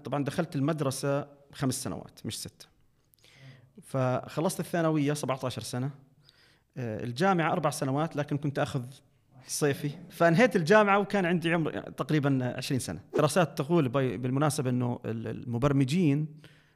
طبعا دخلت المدرسة 5 سنوات مش 6. فخلصت الثانوية 17 سنة، الجامعة 4 سنوات لكن كنت أخذ صيفي. فانهيت الجامعة وكان عندي عمر تقريبا 20 سنة. دراسات تقول بالمناسبة أنه المبرمجين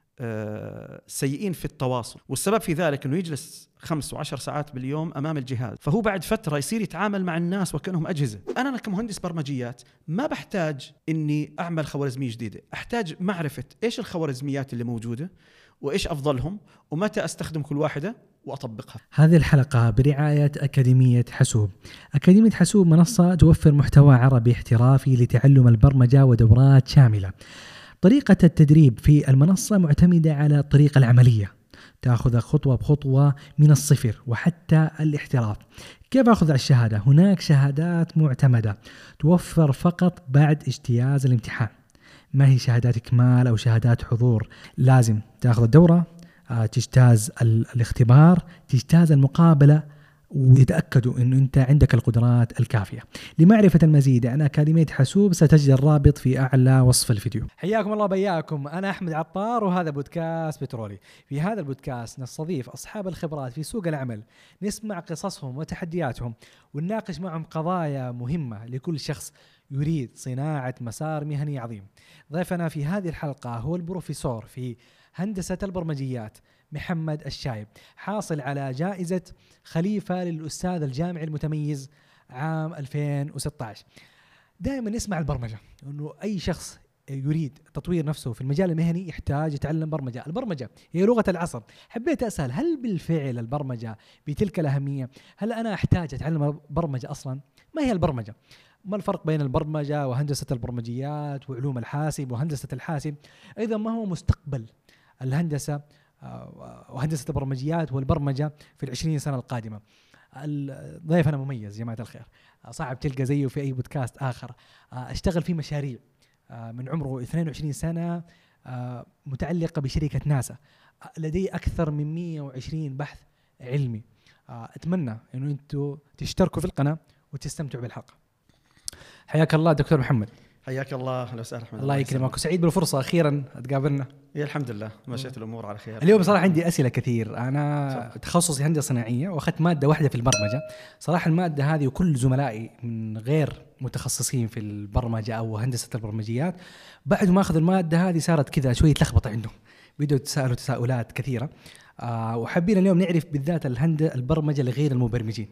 سيئين في التواصل، والسبب في ذلك أنه يجلس 5 و10 ساعات باليوم أمام الجهاز، فهو بعد فترة يصير يتعامل مع الناس وكأنهم أجهزة. أنا كمهندس برمجيات ما بحتاج أني أعمل خوارزمية جديدة، أحتاج معرفة إيش الخوارزميات اللي موجودة وإيش أفضلهم ومتى أستخدم كل واحدة وأطبقها. هذه الحلقة برعاية أكاديمية حاسوب. أكاديمية حاسوب منصة توفر محتوى عربي احترافي لتعلم البرمجة ودورات شاملة. طريقة التدريب في المنصة معتمدة على الطريقة العملية، تأخذ خطوة بخطوة من الصفر وحتى الاحتراف. كيف أخذ الشهادة؟ هناك شهادات معتمدة توفر فقط بعد اجتياز الامتحان، ما هي شهادات إكمال أو شهادات حضور. لازم تأخذ الدورة، تجتاز الاختبار، تجتاز المقابلة، ويتأكدوا أنه أنت عندك القدرات الكافية. لمعرفة المزيد عن أكاديمية حاسوب ستجد الرابط في أعلى وصف الفيديو. حياكم الله بياكم، أنا أحمد عطار وهذا بودكاست بترولي. في هذا البودكاست نستضيف أصحاب الخبرات في سوق العمل، نسمع قصصهم وتحدياتهم ونناقش معهم قضايا مهمة لكل شخص يريد صناعة مسار مهني عظيم. ضيفنا في هذه الحلقة هو البروفيسور في هندسة البرمجيات محمد الشايب، حاصل على جائزة خليفة للأستاذ الجامعي المتميز عام 2016. دائما نسمع البرمجة أنه أي شخص يريد تطوير نفسه في المجال المهني يحتاج يتعلم برمجة. البرمجة هي لغة العصر. حبيت أسأل، هل بالفعل البرمجة بتلك الأهمية؟ هل أنا أحتاج أتعلم برمجة أصلا؟ ما هي البرمجة؟ ما الفرق بين البرمجة وهندسة البرمجيات وعلوم الحاسب وهندسة الحاسب؟ أيضا ما هو مستقبل الهندسة وهندسة البرمجيات والبرمجة في 20 سنة القادمة؟ ضيفنا مميز جماعة الخير، صعب تلقى زيه في أي بودكاست آخر. اشتغل في مشاريع من عمره 22 سنة متعلقة بشركة ناسا، لديه أكثر من 120 بحث علمي. أتمنى أنه أنتوا تشتركوا في القناة وتستمتعوا بالحلقة. حياك الله دكتور محمد. حياك الله، اهلا وسهلا. الله يكرمك وسعيد بالفرصة أخيرا تقابلنا. الحمد لله مشيت الأمور على خير. اليوم صراحة عندي أسئلة كثير. أنا تخصصي هندسة صناعية وأخذت مادة واحدة في البرمجة. صراحة المادة هذه وكل زملائي من غير متخصصين في البرمجة أو هندسة البرمجيات بعد ما أخذ المادة هذه صارت كذا شوية لخبطة عندهم، بدأوا يتساءلوا تساؤلات كثيرة. وحابين اليوم نعرف بالذات البرمجة لغير المبرمجين.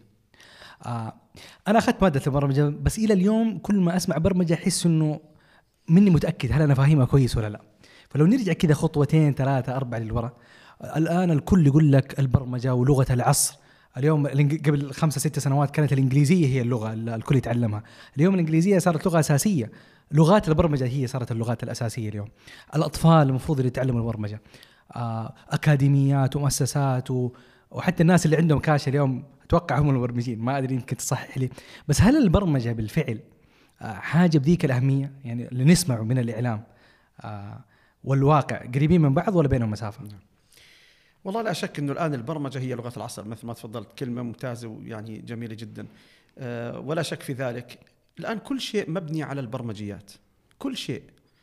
أنا أخذت مادة البرمجة بس إلى اليوم كل ما أسمع برمجة أحس إنه مني متأكد هل أنا فاهمها كويس ولا لا. فلو نرجع كذا خطوتين 3 4 للوراء، الآن الكل يقول لك البرمجة ولغة العصر. اليوم قبل 5 6 سنوات كانت الإنجليزية هي اللغة الكل يتعلمها، اليوم الإنجليزية صارت لغة أساسية، لغات البرمجة هي صارت اللغات الأساسية اليوم. الأطفال المفروض اللي يتعلموا البرمجة، أكاديميات ومؤسسات وحتى الناس اللي عندهم كاش اليوم أتوقع هم المبرمجين. ما أدري يمكن تصحح لي، بس هل البرمجة بالفعل حاجة بذيك الأهمية يعني اللي نسمعه من الإعلام والواقع قريبين من بعض ولا بينهم مسافة؟ والله لا شك أنه الآن البرمجة هي لغة العصر مثل ما تفضلت، كلمة ممتازة ويعني جميلة جدا، ولا شك في ذلك. الآن كل شيء مبني على البرمجيات، كل شيء،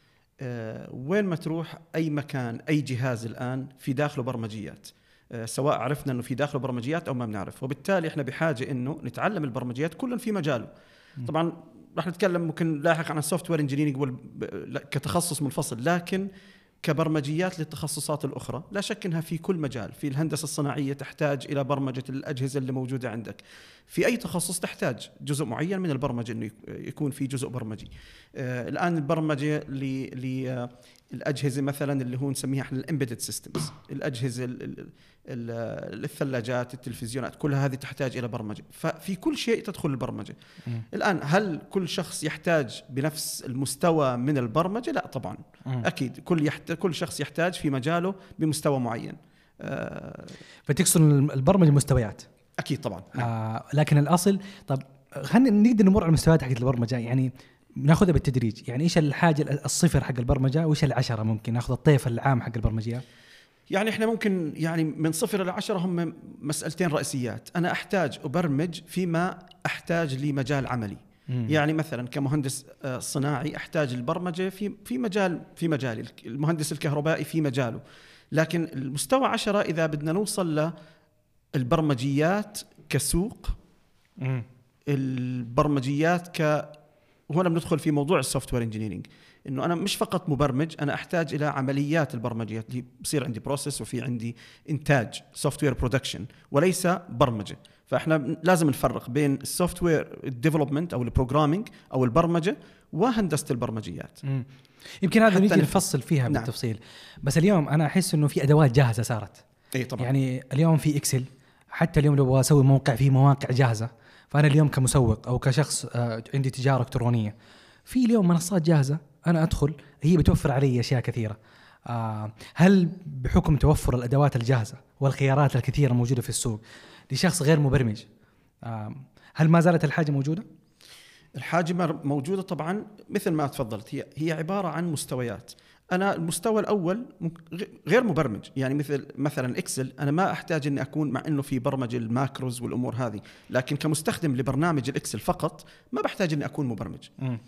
وين ما تروح أي مكان أي جهاز الآن في داخله برمجيات، سواء عرفنا أنه في داخله برمجيات أو ما بنعرف. وبالتالي إحنا بحاجة أنه نتعلم البرمجيات كل في مجاله. طبعا راح نتكلم ممكن لاحق عن السوفت وير انجينيرنج كتخصص منفصل، لكن كبرمجيات للتخصصات الأخرى لا شك أنها في كل مجال. في الهندسة الصناعية تحتاج إلى برمجة الأجهزة اللي موجودة عندك، في أي تخصص تحتاج جزء معين من البرمجة أنه يكون في جزء برمجي. الآن البرمجة للأجهزة مثلا اللي هو نسميها احنا الامبيدد سيستمز، الأجهزة الثلاجات التلفزيونات كلها هذه تحتاج إلى برمجة، ففي كل شيء تدخل البرمجة. الآن هل كل شخص يحتاج بنفس المستوى من البرمجة؟ لا طبعا. أكيد كل شخص يحتاج في مجاله بمستوى معين. فتقصد البرمجة مستويات؟ أكيد طبعا. لكن الأصل، طب خلينا نقدر نمر على المستويات حقت البرمجة، يعني ناخذها بالتدريج. يعني إيش الحاجة الصفر حق البرمجة وإيش 10؟ ممكن ناخذ الطيف العام حق البرمجيات. يعني إحنا ممكن يعني من 0 إلى 10 هم مسألتين رئيسيات. أنا أحتاج أبرمج فيما أحتاج لمجال عملي، يعني مثلا كمهندس صناعي احتاج البرمجه في مجالي، المهندس الكهربائي في مجاله، لكن المستوى 10 اذا بدنا نوصل للبرمجيات كسوق، البرمجيات هنا بندخل في موضوع السوفت وير انجينيرنج، انه انا مش فقط مبرمج، انا احتاج الى عمليات البرمجيات اللي بصير عندي بروسيس وفي عندي انتاج سوفت وير برودكشن وليس برمجه. فاحنا لازم نفرق بين السوفت وير ديفلوبمنت او البروجرامينج او البرمجه وهندسه البرمجيات. يمكن هذا نيجي نفصل فيها بالتفصيل. بس اليوم انا احس انه في ادوات جاهزه صارت. اي طبعا. يعني اليوم في اكسل، حتى اليوم لو اسوي موقع في مواقع جاهزه. فانا اليوم كمسوق او كشخص عندي تجاره الكترونيه، في اليوم منصات جاهزه انا ادخل، هي بتوفر علي اشياء كثيره. هل بحكم توفر الادوات الجاهزه والخيارات الكثيره الموجوده في السوق لشخص غير مبرمج، هل ما زالت الحاجه موجوده؟ الحاجه موجوده طبعا، مثل ما تفضلت، هي عباره عن مستويات. انا المستوى الاول غير مبرمج، يعني مثلا اكسل انا ما احتاج اني اكون، مع انه في برمجه الماكروز والامور هذه، لكن كمستخدم لبرنامج الاكسل فقط ما بحتاج اني اكون مبرمج.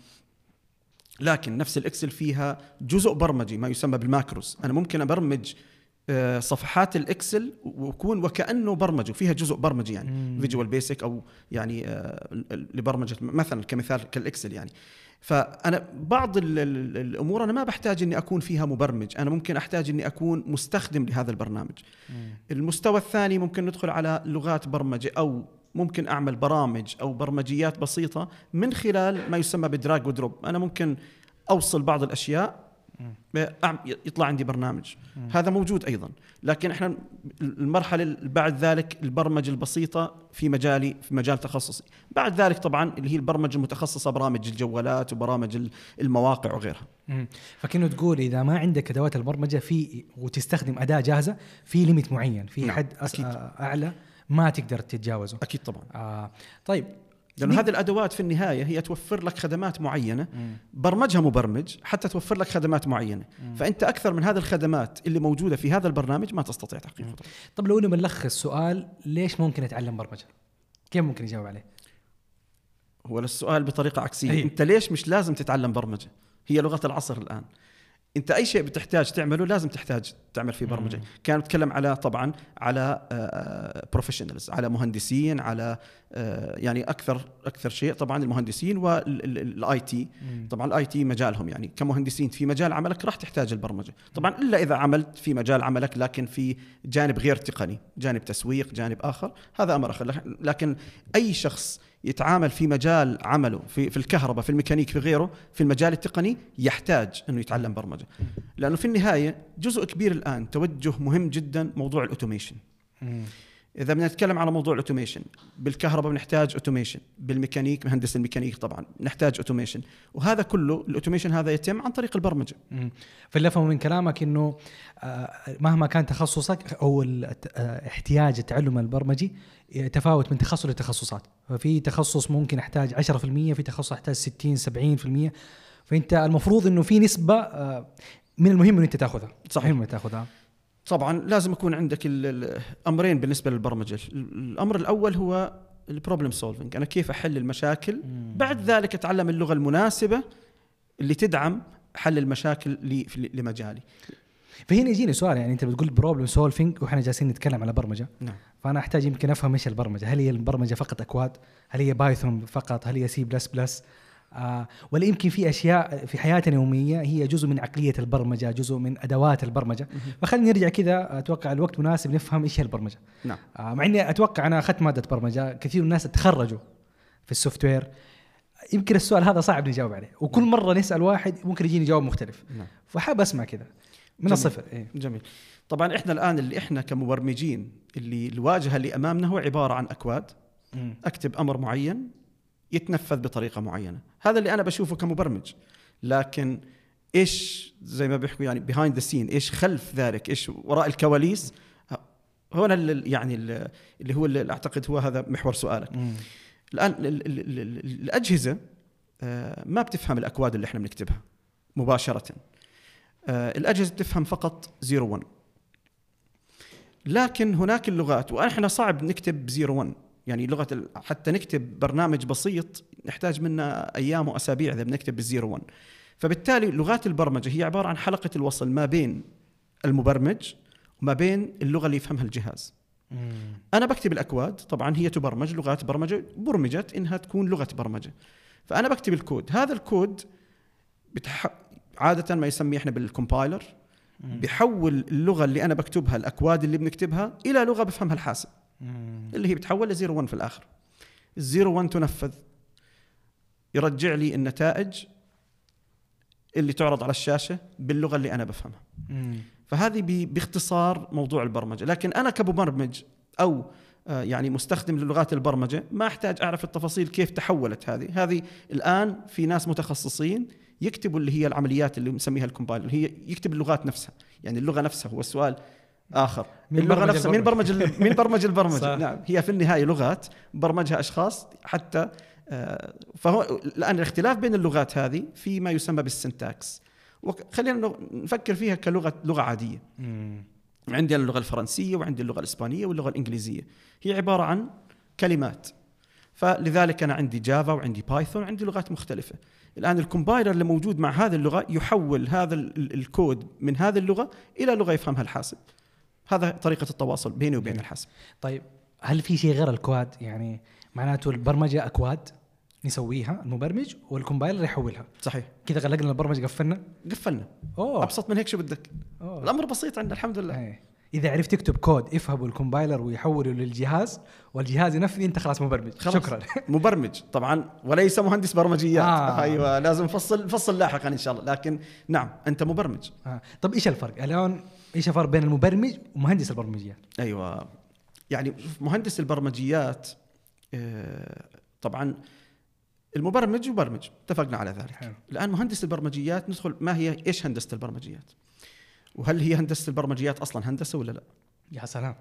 لكن نفس الاكسل فيها جزء برمجي ما يسمى بالماكروز، انا ممكن ابرمج صفحات الاكسل وكانه برمجه، فيها جزء برمجي يعني فيجوال بيسك، او يعني لبرمجه مثلا كمثال كالاكسل يعني. فانا بعض الامور انا ما بحتاج اني اكون فيها مبرمج، انا ممكن احتاج اني اكون مستخدم لهذا البرنامج. المستوى الثاني ممكن ندخل على لغات برمجه، او ممكن اعمل برامج او برمجيات بسيطه من خلال ما يسمى بدراج ودروب. انا ممكن اوصل بعض الاشياء يطلع عندي برنامج. هذا موجود ايضا، لكن احنا المرحله بعد ذلك البرمجه البسيطه في مجال تخصصي. بعد ذلك طبعا اللي هي البرمجه المتخصصه، برامج الجوالات وبرامج المواقع وغيرها. فكأنه تقول اذا ما عندك ادوات البرمجه وتستخدم اداه جاهزه في ليميت معين، في حد اعلى ما تقدر تتجاوزه. اكيد طبعا. طيب، لأنه هذه الأدوات في النهاية هي توفر لك خدمات معينة، برمجها مبرمج حتى توفر لك خدمات معينة. فأنت أكثر من هذه الخدمات اللي موجودة في هذا البرنامج ما تستطيع تحقيقها. طب لو بنلخص السؤال، ليش ممكن أتعلم برمجة؟ كيف ممكن يجاوب عليه؟ هو السؤال بطريقة عكسية. أنت ليش مش لازم تتعلم برمجة؟ هي لغة العصر الآن. انت اي شيء بتحتاج تعمله لازم تحتاج تعمل فيه برمجه. كان بتكلم على طبعا على بروفيشنالز، على مهندسين، على يعني اكثر شيء طبعا المهندسين والاي تي. طبعا الاي تي مجالهم، يعني كمهندسين في مجال عملك راح تحتاج البرمجه طبعا، الا اذا عملت في مجال عملك لكن في جانب غير تقني، جانب تسويق، جانب اخر، هذا امر اخر. لكن اي شخص يتعامل في مجال عمله في الكهرباء، في الميكانيك، في غيره، في المجال التقني، يحتاج انه يتعلم برمجه. لانه في النهايه جزء كبير الان توجه مهم جدا موضوع الاوتوميشن. اذا بدنا نتكلم على موضوع الاوتوميشن، بالكهرباء بنحتاج اوتوميشن، بالميكانيك مهندس الميكانيك طبعا نحتاج اوتوميشن، وهذا كله الاوتوميشن هذا يتم عن طريق البرمجه. فاللي افهمه من كلامك انه مهما كان تخصصك او احتياج التعلم البرمجي يتفاوت من تخصص لتخصصات. ففي تخصص ممكن احتاج 10%، في تخصص احتاج 60-70%. فانت المفروض انه في نسبه من المهم ان انت تاخذها. صحيح، مهم تاخذها. طبعا لازم يكون عندك الامرين بالنسبه للبرمجه. الامر الاول هو البروبلم سولفينج، انا كيف احل المشاكل. بعد ذلك اتعلم اللغه المناسبه اللي تدعم حل المشاكل لمجالي. فهنا يجيني سؤال، يعني انت بتقول بروبلم سولفينج واحنا جالسين نتكلم على برمجه. نعم. فانا احتاج يمكن افهم ايش البرمجه. هل هي البرمجه فقط اكواد؟ هل هي بايثون فقط؟ هل هي سي بلس بلس؟ ولا يمكن في أشياء في حياتنا اليومية هي جزء من عقلية البرمجة، جزء من أدوات البرمجة. فخلينا نرجع كذا، أتوقع الوقت مناسب نفهم إيش هي البرمجة. نعم. مع إني أتوقع أنا أخذت مادة برمجة، كثير من الناس تخرجوا في السوفت وير، يمكن السؤال هذا صعب نجاوب عليه، وكل مرة نسأل واحد ممكن يجيني جواب مختلف. نعم. فحاب أسمع كذا من الصفر. جميل. طبعا إحنا الآن اللي إحنا كمبرمجين اللي الواجهة اللي أمامنا هو عبارة عن أكواد. أكتب أمر معين يتنفذ بطريقة معينة، هذا اللي أنا بشوفه كمبرمج. لكن إيش زي ما بيحكوا يعني behind the scene، إيش خلف ذلك، إيش وراء الكواليس، هنا يعني اللي هو اللي أعتقد هو هذا محور سؤالك. الآن الأجهزة ما بتفهم الأكواد اللي إحنا بنكتبها مباشرة. الأجهزة بتفهم فقط 0-1. لكن هناك اللغات، وإحنا صعب نكتب 0-1 يعني حتى نكتب برنامج بسيط نحتاج منا أيام وأسابيع إذا بنكتب بالزيرو 1. فبالتالي لغات البرمجة هي عبارة عن حلقة الوصل ما بين المبرمج وما بين اللغة اللي يفهمها الجهاز. أنا بكتب الأكواد، طبعا هي تبرمج، لغات برمجة برمجت إنها تكون لغة برمجة، فأنا بكتب الكود. هذا الكود عادة ما يسميه إحنا بالكومبايلر، بيحول اللغة اللي أنا بكتبها، الأكواد اللي بنكتبها، إلى لغة بفهمها الحاسب اللي هي بتحول لزيرو 1 في الآخر. الزيرو 1 تنفذ، يرجع لي النتائج اللي تعرض على الشاشة باللغة اللي أنا بفهمها. فهذه باختصار موضوع البرمجة. لكن أنا كمبرمج أو يعني مستخدم للغات البرمجة ما أحتاج أعرف التفاصيل كيف تحولت هذه. الآن في ناس متخصصين يكتبوا اللي هي العمليات اللي نسميها الكومبايلر، هي يكتب اللغات نفسها، يعني اللغة نفسها. هو السؤال آخر، اللغة نفسها مين برمج البرمجة؟ نعم، هي في النهاية لغات برمجها أشخاص حتى. فهو الآن الاختلاف بين اللغات هذه في ما يسمى بالسنتاكس، وخلينا نفكر فيها لغة عادية. عندي اللغة الفرنسية وعندي اللغة الإسبانية واللغة الإنجليزية، هي عبارة عن كلمات. فلذلك أنا عندي جافا وعندي بايثون وعندي لغات مختلفة. الآن الكومبايلر اللي موجود مع هذه اللغة يحول هذا الكود من هذه اللغة إلى لغة يفهمها الحاسب. هذا طريقة التواصل بيني وبين الحاسب. طيب هل في شيء غير الكواد؟ يعني معناته البرمجة أكواد نسويها المبرمج والكومبايلر يحولها. صحيح. كذا غلقنا البرمجة، قفلنا. أبسط من هيك شو بدك؟ الأمر بسيط عندنا الحمد لله. إذا عرفت تكتب كود يفهمه الكومبايلر ويحوله للجهاز والجهاز ينفذ، أنت خلاص مبرمج. شكرا. مبرمج طبعا وليس مهندس برمجيات. أيوة لازم فصل لاحقا إن شاء الله، لكن نعم أنت مبرمج. طب إيش الفرق الآن؟ إيش الفرق بين المبرمج ومهندس البرمجيات؟ أيوة يعني مهندس البرمجيات طبعا المبرمج يبرمج، اتفقنا على ذلك. حلو. الآن مهندس البرمجيات ندخل ما هي إيش هندسة البرمجيات، وهل هي هندسة البرمجيات أصلا هندسة ولا لا؟ يا سلام.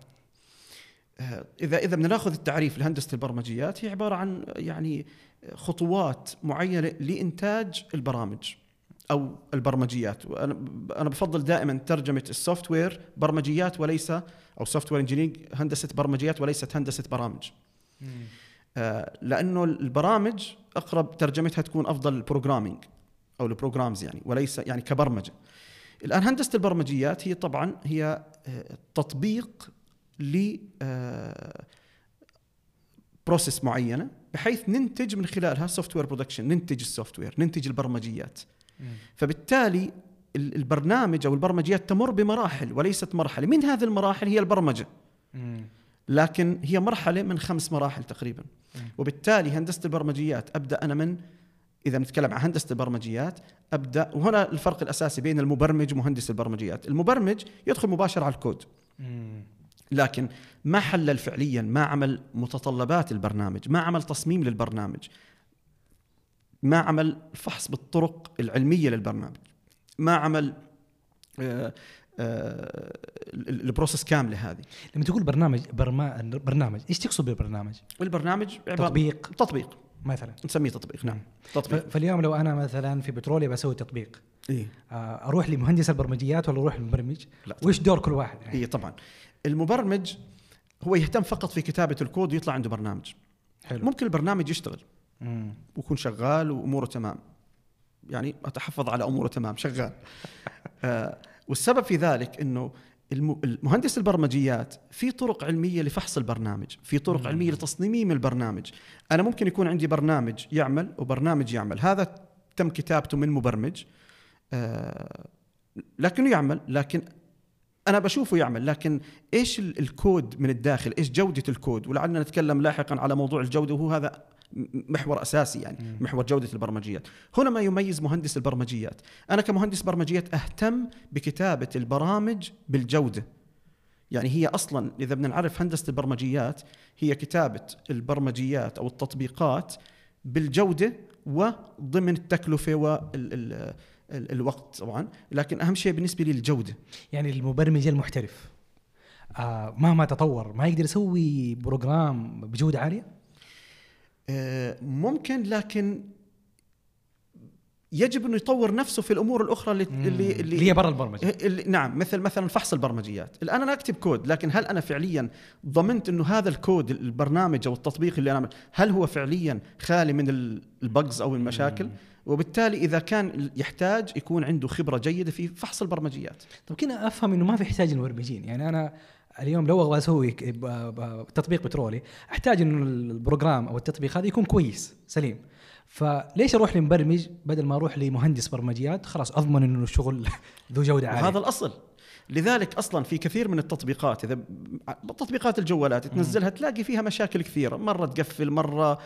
إذا بناخذ التعريف لهندسة البرمجيات، هي عبارة عن يعني خطوات معينة لإنتاج البرامج أو البرمجيات. وأنا بفضل دائما ترجمة السوفت وير برمجيات وليس، أو سوفت وير انجينيرنج هندسة برمجيات وليست هندسة برامج. لأنه البرامج أقرب ترجمتها تكون أفضل البروغرامينج أو البروغرامز، يعني وليس يعني كبرمجة. الآن هندسة البرمجيات هي طبعا هي تطبيق ل بروسيس معينة بحيث ننتج من خلالها سوفت وير برودكشن، ننتج السوفت وير، ننتج البرمجيات. فبالتالي البرنامج أو البرمجيات تمر بمراحل وليست مرحلة. من هذه المراحل هي البرمجة، لكن هي مرحلة من 5 مراحل تقريبا. وبالتالي هندسة البرمجيات أبدأ أنا من، إذا نتكلم عن هندسة البرمجيات أبدأ، وهنا الفرق الأساسي بين المبرمج ومهندس البرمجيات. المبرمج يدخل مباشرة على الكود، لكن ما حلل فعليا، ما عمل متطلبات البرنامج، ما عمل تصميم للبرنامج، ما عمل فحص بالطرق العلمية للبرنامج، ما عمل البروسيس كاملة هذه. لما تقول برنامج إيش تقصد بالبرنامج؟ البرنامج تطبيق مثلا نسميه تطبيق. نعم تطبيق. فاليوم لو أنا مثلا في بترولي بسوي تطبيق، أروح لمهندس البرمجيات ولا أروح للمبرمج؟ وإيش دور كل واحد؟ يعني طبعا المبرمج هو يهتم فقط في كتابة الكود ويطلع عنده برنامج. حلو. ممكن البرنامج يشتغل ويكون شغال وأموره تمام، يعني أتحفظ على أموره تمام شغال. والسبب في ذلك إنه المهندس البرمجيات في طرق علمية لفحص البرنامج، في طرق علمية لتصميم البرنامج. أنا ممكن يكون عندي برنامج يعمل وبرنامج يعمل، هذا تم كتابته من مبرمج لكنه يعمل، لكن أنا بشوفه يعمل، لكن إيش الكود من الداخل، إيش جودة الكود، ولعلنا نتكلم لاحقا على موضوع الجودة، وهو هذا محور أساسي، يعني محور جودة البرمجيات. هنا ما يميز مهندس البرمجيات. أنا كمهندس برمجيات أهتم بكتابة البرامج بالجودة. يعني هي أصلا إذا بدنا نعرف هندسة البرمجيات هي كتابة البرمجيات أو التطبيقات بالجودة وضمن التكلفة والوقت طبعا، لكن أهم شيء بالنسبة لي الجودة. يعني المبرمج المحترف مهما تطور ما يقدر يسوي بروجرام بجودة عالية؟ ممكن، لكن يجب انه يطور نفسه في الامور الاخرى اللي هي برا البرمجه. نعم، مثلا فحص البرمجيات. الان انا اكتب كود، لكن هل انا فعليا ضمنت انه هذا الكود البرنامج او التطبيق اللي انا أعمل هل هو فعليا خالي من البجز او المشاكل؟ وبالتالي اذا كان يحتاج يكون عنده خبره جيده في فحص البرمجيات. طب كنا افهم انه ما في احتاج المبرمجين. يعني انا اليوم لو ابغى اسوي تطبيق بترولي احتاج انه البروجرام او التطبيق هذا يكون كويس سليم، فليش اروح لمبرمج بدل ما اروح لمهندس برمجيات؟ خلاص اضمن انه الشغل ذو جوده عاليه. هذا الاصل. لذلك اصلا في كثير من التطبيقات، اذا تطبيقات الجوالات تنزلها تلاقي فيها مشاكل كثيره، مره تقفل، مره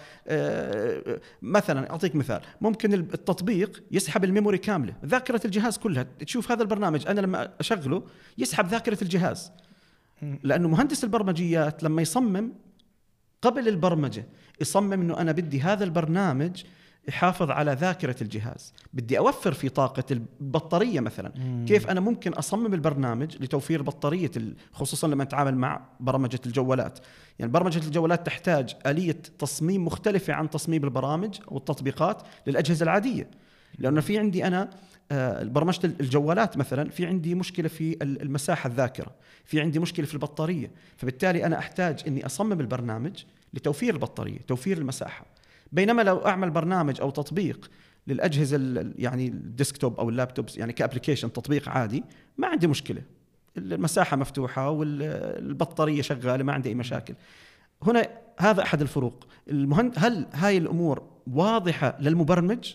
مثلا اعطيك مثال، ممكن التطبيق يسحب الميموري كامله، ذاكره الجهاز كلها. تشوف هذا البرنامج انا لما اشغله يسحب ذاكره الجهاز، لانه مهندس البرمجيات لما يصمم قبل البرمجه يصمم انه انا بدي هذا البرنامج يحافظ على ذاكرة الجهاز، بدي أوفر في طاقة البطارية مثلا. كيف أنا ممكن أصمم البرنامج لتوفير بطارية، خصوصا لما نتعامل مع برمجة الجوالات. يعني برمجة الجوالات تحتاج آلية تصميم مختلفة عن تصميم البرامج أو التطبيقات للأجهزة العادية، لأنه في عندي أنا برمجة الجوالات مثلا في عندي مشكلة في المساحة الذاكرة، في عندي مشكلة في البطارية، فبالتالي أنا أحتاج أني أصمم البرنامج لتوفير البطارية، توفير المساحة. بينما لو أعمل برنامج أو تطبيق للأجهزة يعني الديسكتوب أو اللابتوبس، يعني كأبليكيشن تطبيق عادي، ما عندي مشكلة، المساحة مفتوحة والبطارية شغالة، ما عندي أي مشاكل. هنا هذا أحد الفروق. هل هاي الأمور واضحة للمبرمج؟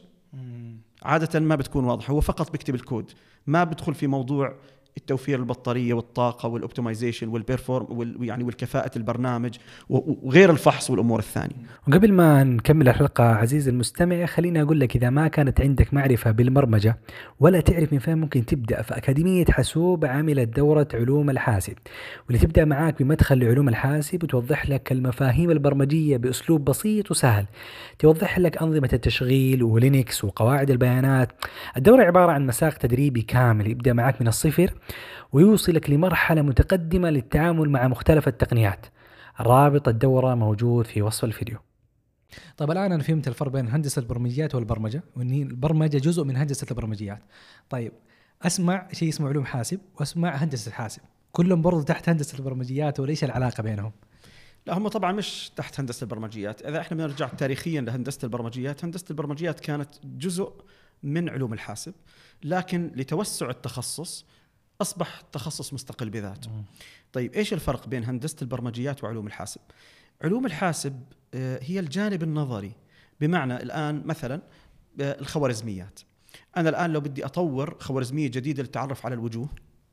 عادة ما بتكون واضحة، هو فقط بيكتب الكود، ما بدخل في موضوع التوفير البطارية والطاقة والأوبتمايزيشن والبيرفورم يعني والكفاءة البرنامج وغير الفحص والأمور الثانية. وقبل ما نكمل الحلقة عزيز المستمع، خليني أقول لك إذا ما كانت عندك معرفة بالبرمجة ولا تعرف من فين ممكن تبدأ، فأكاديمية حاسوب عملت دورة علوم الحاسب، واللي تبدأ معاك بمدخل لعلوم الحاسب وتوضح لك المفاهيم البرمجية بأسلوب بسيط وسهل، توضح لك أنظمة التشغيل ولينكس وقواعد البيانات. الدورة عبارة عن مساق تدريبي كامل يبدأ معاك من الصفر ويوصلك لمرحلة متقدمة للتعامل مع مختلف التقنيات. رابط الدورة موجود في وصف الفيديو. طيب الآن أنا فهمت الفرق بين هندسة البرمجيات والبرمجة، وإن البرمجة جزء من هندسة البرمجيات. طيب أسمع شيء اسمه علوم حاسب وأسمع هندسة حاسب، كلهم برضو تحت هندسة البرمجيات، وليش العلاقة بينهم؟ لا، هم طبعا مش تحت هندسة البرمجيات. إذا إحنا بنرجع تاريخيا لهندسة البرمجيات، هندسة البرمجيات كانت جزء من علوم الحاسب، لكن لتوسع التخصص أصبح تخصص مستقل بذاته. طيب إيش الفرق بين هندسة البرمجيات وعلوم الحاسب؟ علوم الحاسب هي الجانب النظري، بمعنى الآن مثلا الخوارزميات. أنا الآن لو بدي أطور خوارزمية جديدة للتعرف على الوجوه،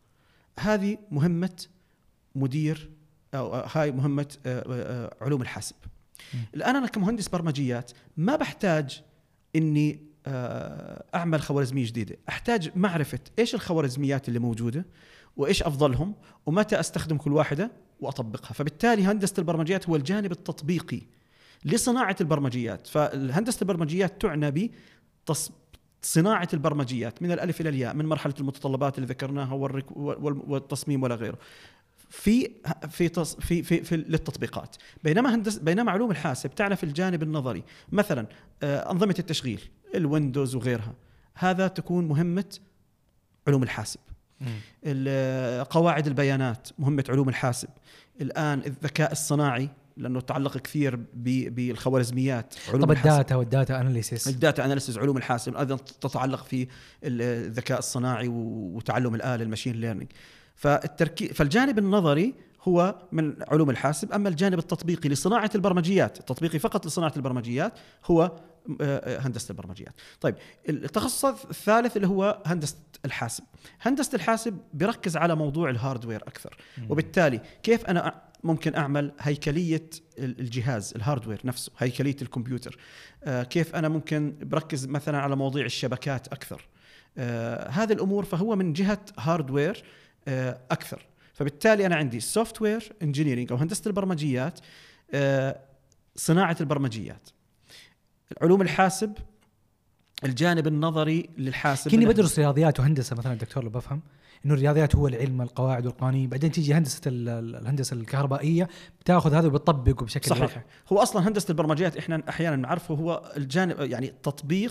هذه مهمة مدير أو هاي مهمة علوم الحاسب. الآن أنا كمهندس برمجيات ما بحتاج إني أعمل خوارزمية جديدة، أحتاج معرفة إيش الخوارزميات اللي موجودة وإيش أفضلهم ومتى أستخدم كل واحدة وأطبقها. فبالتالي هندسة البرمجيات هو الجانب التطبيقي لصناعة البرمجيات. فهندسة البرمجيات تعنى بصناعة البرمجيات من الألف إلى الياء، من مرحلة المتطلبات اللي ذكرناها والتصميم ولا غيره في للتطبيقات. بينما علوم الحاسب تعنى في الجانب النظري، مثلا أنظمة التشغيل الويندوز وغيرها، هذا تكون مهمة علوم الحاسب. قواعد البيانات مهمة علوم الحاسب. الآن الذكاء الصناعي لأنه تعلق كثير بالخوارزميات. طب الداتا أناليسيس علوم الحاسب أيضا تتعلق في الذكاء الصناعي وتعلم الآلة الماشين ليرنينج. فالجانب النظري هو من علوم الحاسب، أما الجانب التطبيقي لصناعة البرمجيات، التطبيقي فقط لصناعة البرمجيات، هو هندسة البرمجيات. طيب التخصص الثالث اللي هو هندسة الحاسب. هندسة الحاسب بركز على موضوع الهاردوير أكثر، وبالتالي كيف أنا ممكن أعمل هيكلية الجهاز، الهاردوير نفسه، هيكلية الكمبيوتر. كيف أنا ممكن بركز مثلا على مواضيع الشبكات أكثر. هذه الأمور، فهو من جهة هاردوير أكثر. فبالتالي أنا عندي سوفت وير انجينيرينج أو هندسة البرمجيات، صناعة البرمجيات. علوم الحاسب الجانب النظري للحاسب. كني بدرس رياضيات وهندسة مثلا دكتور، لو بفهم إنه الرياضيات هو العلم القواعد والقوانين، بعدين تيجي هندسة الهندسة الكهربائية بتاخذ هذا وبتطبقه بشكل صحيح. واقع. هو أصلا هندسة البرمجيات إحنا أحيانا نعرفه هو الجانب يعني تطبيق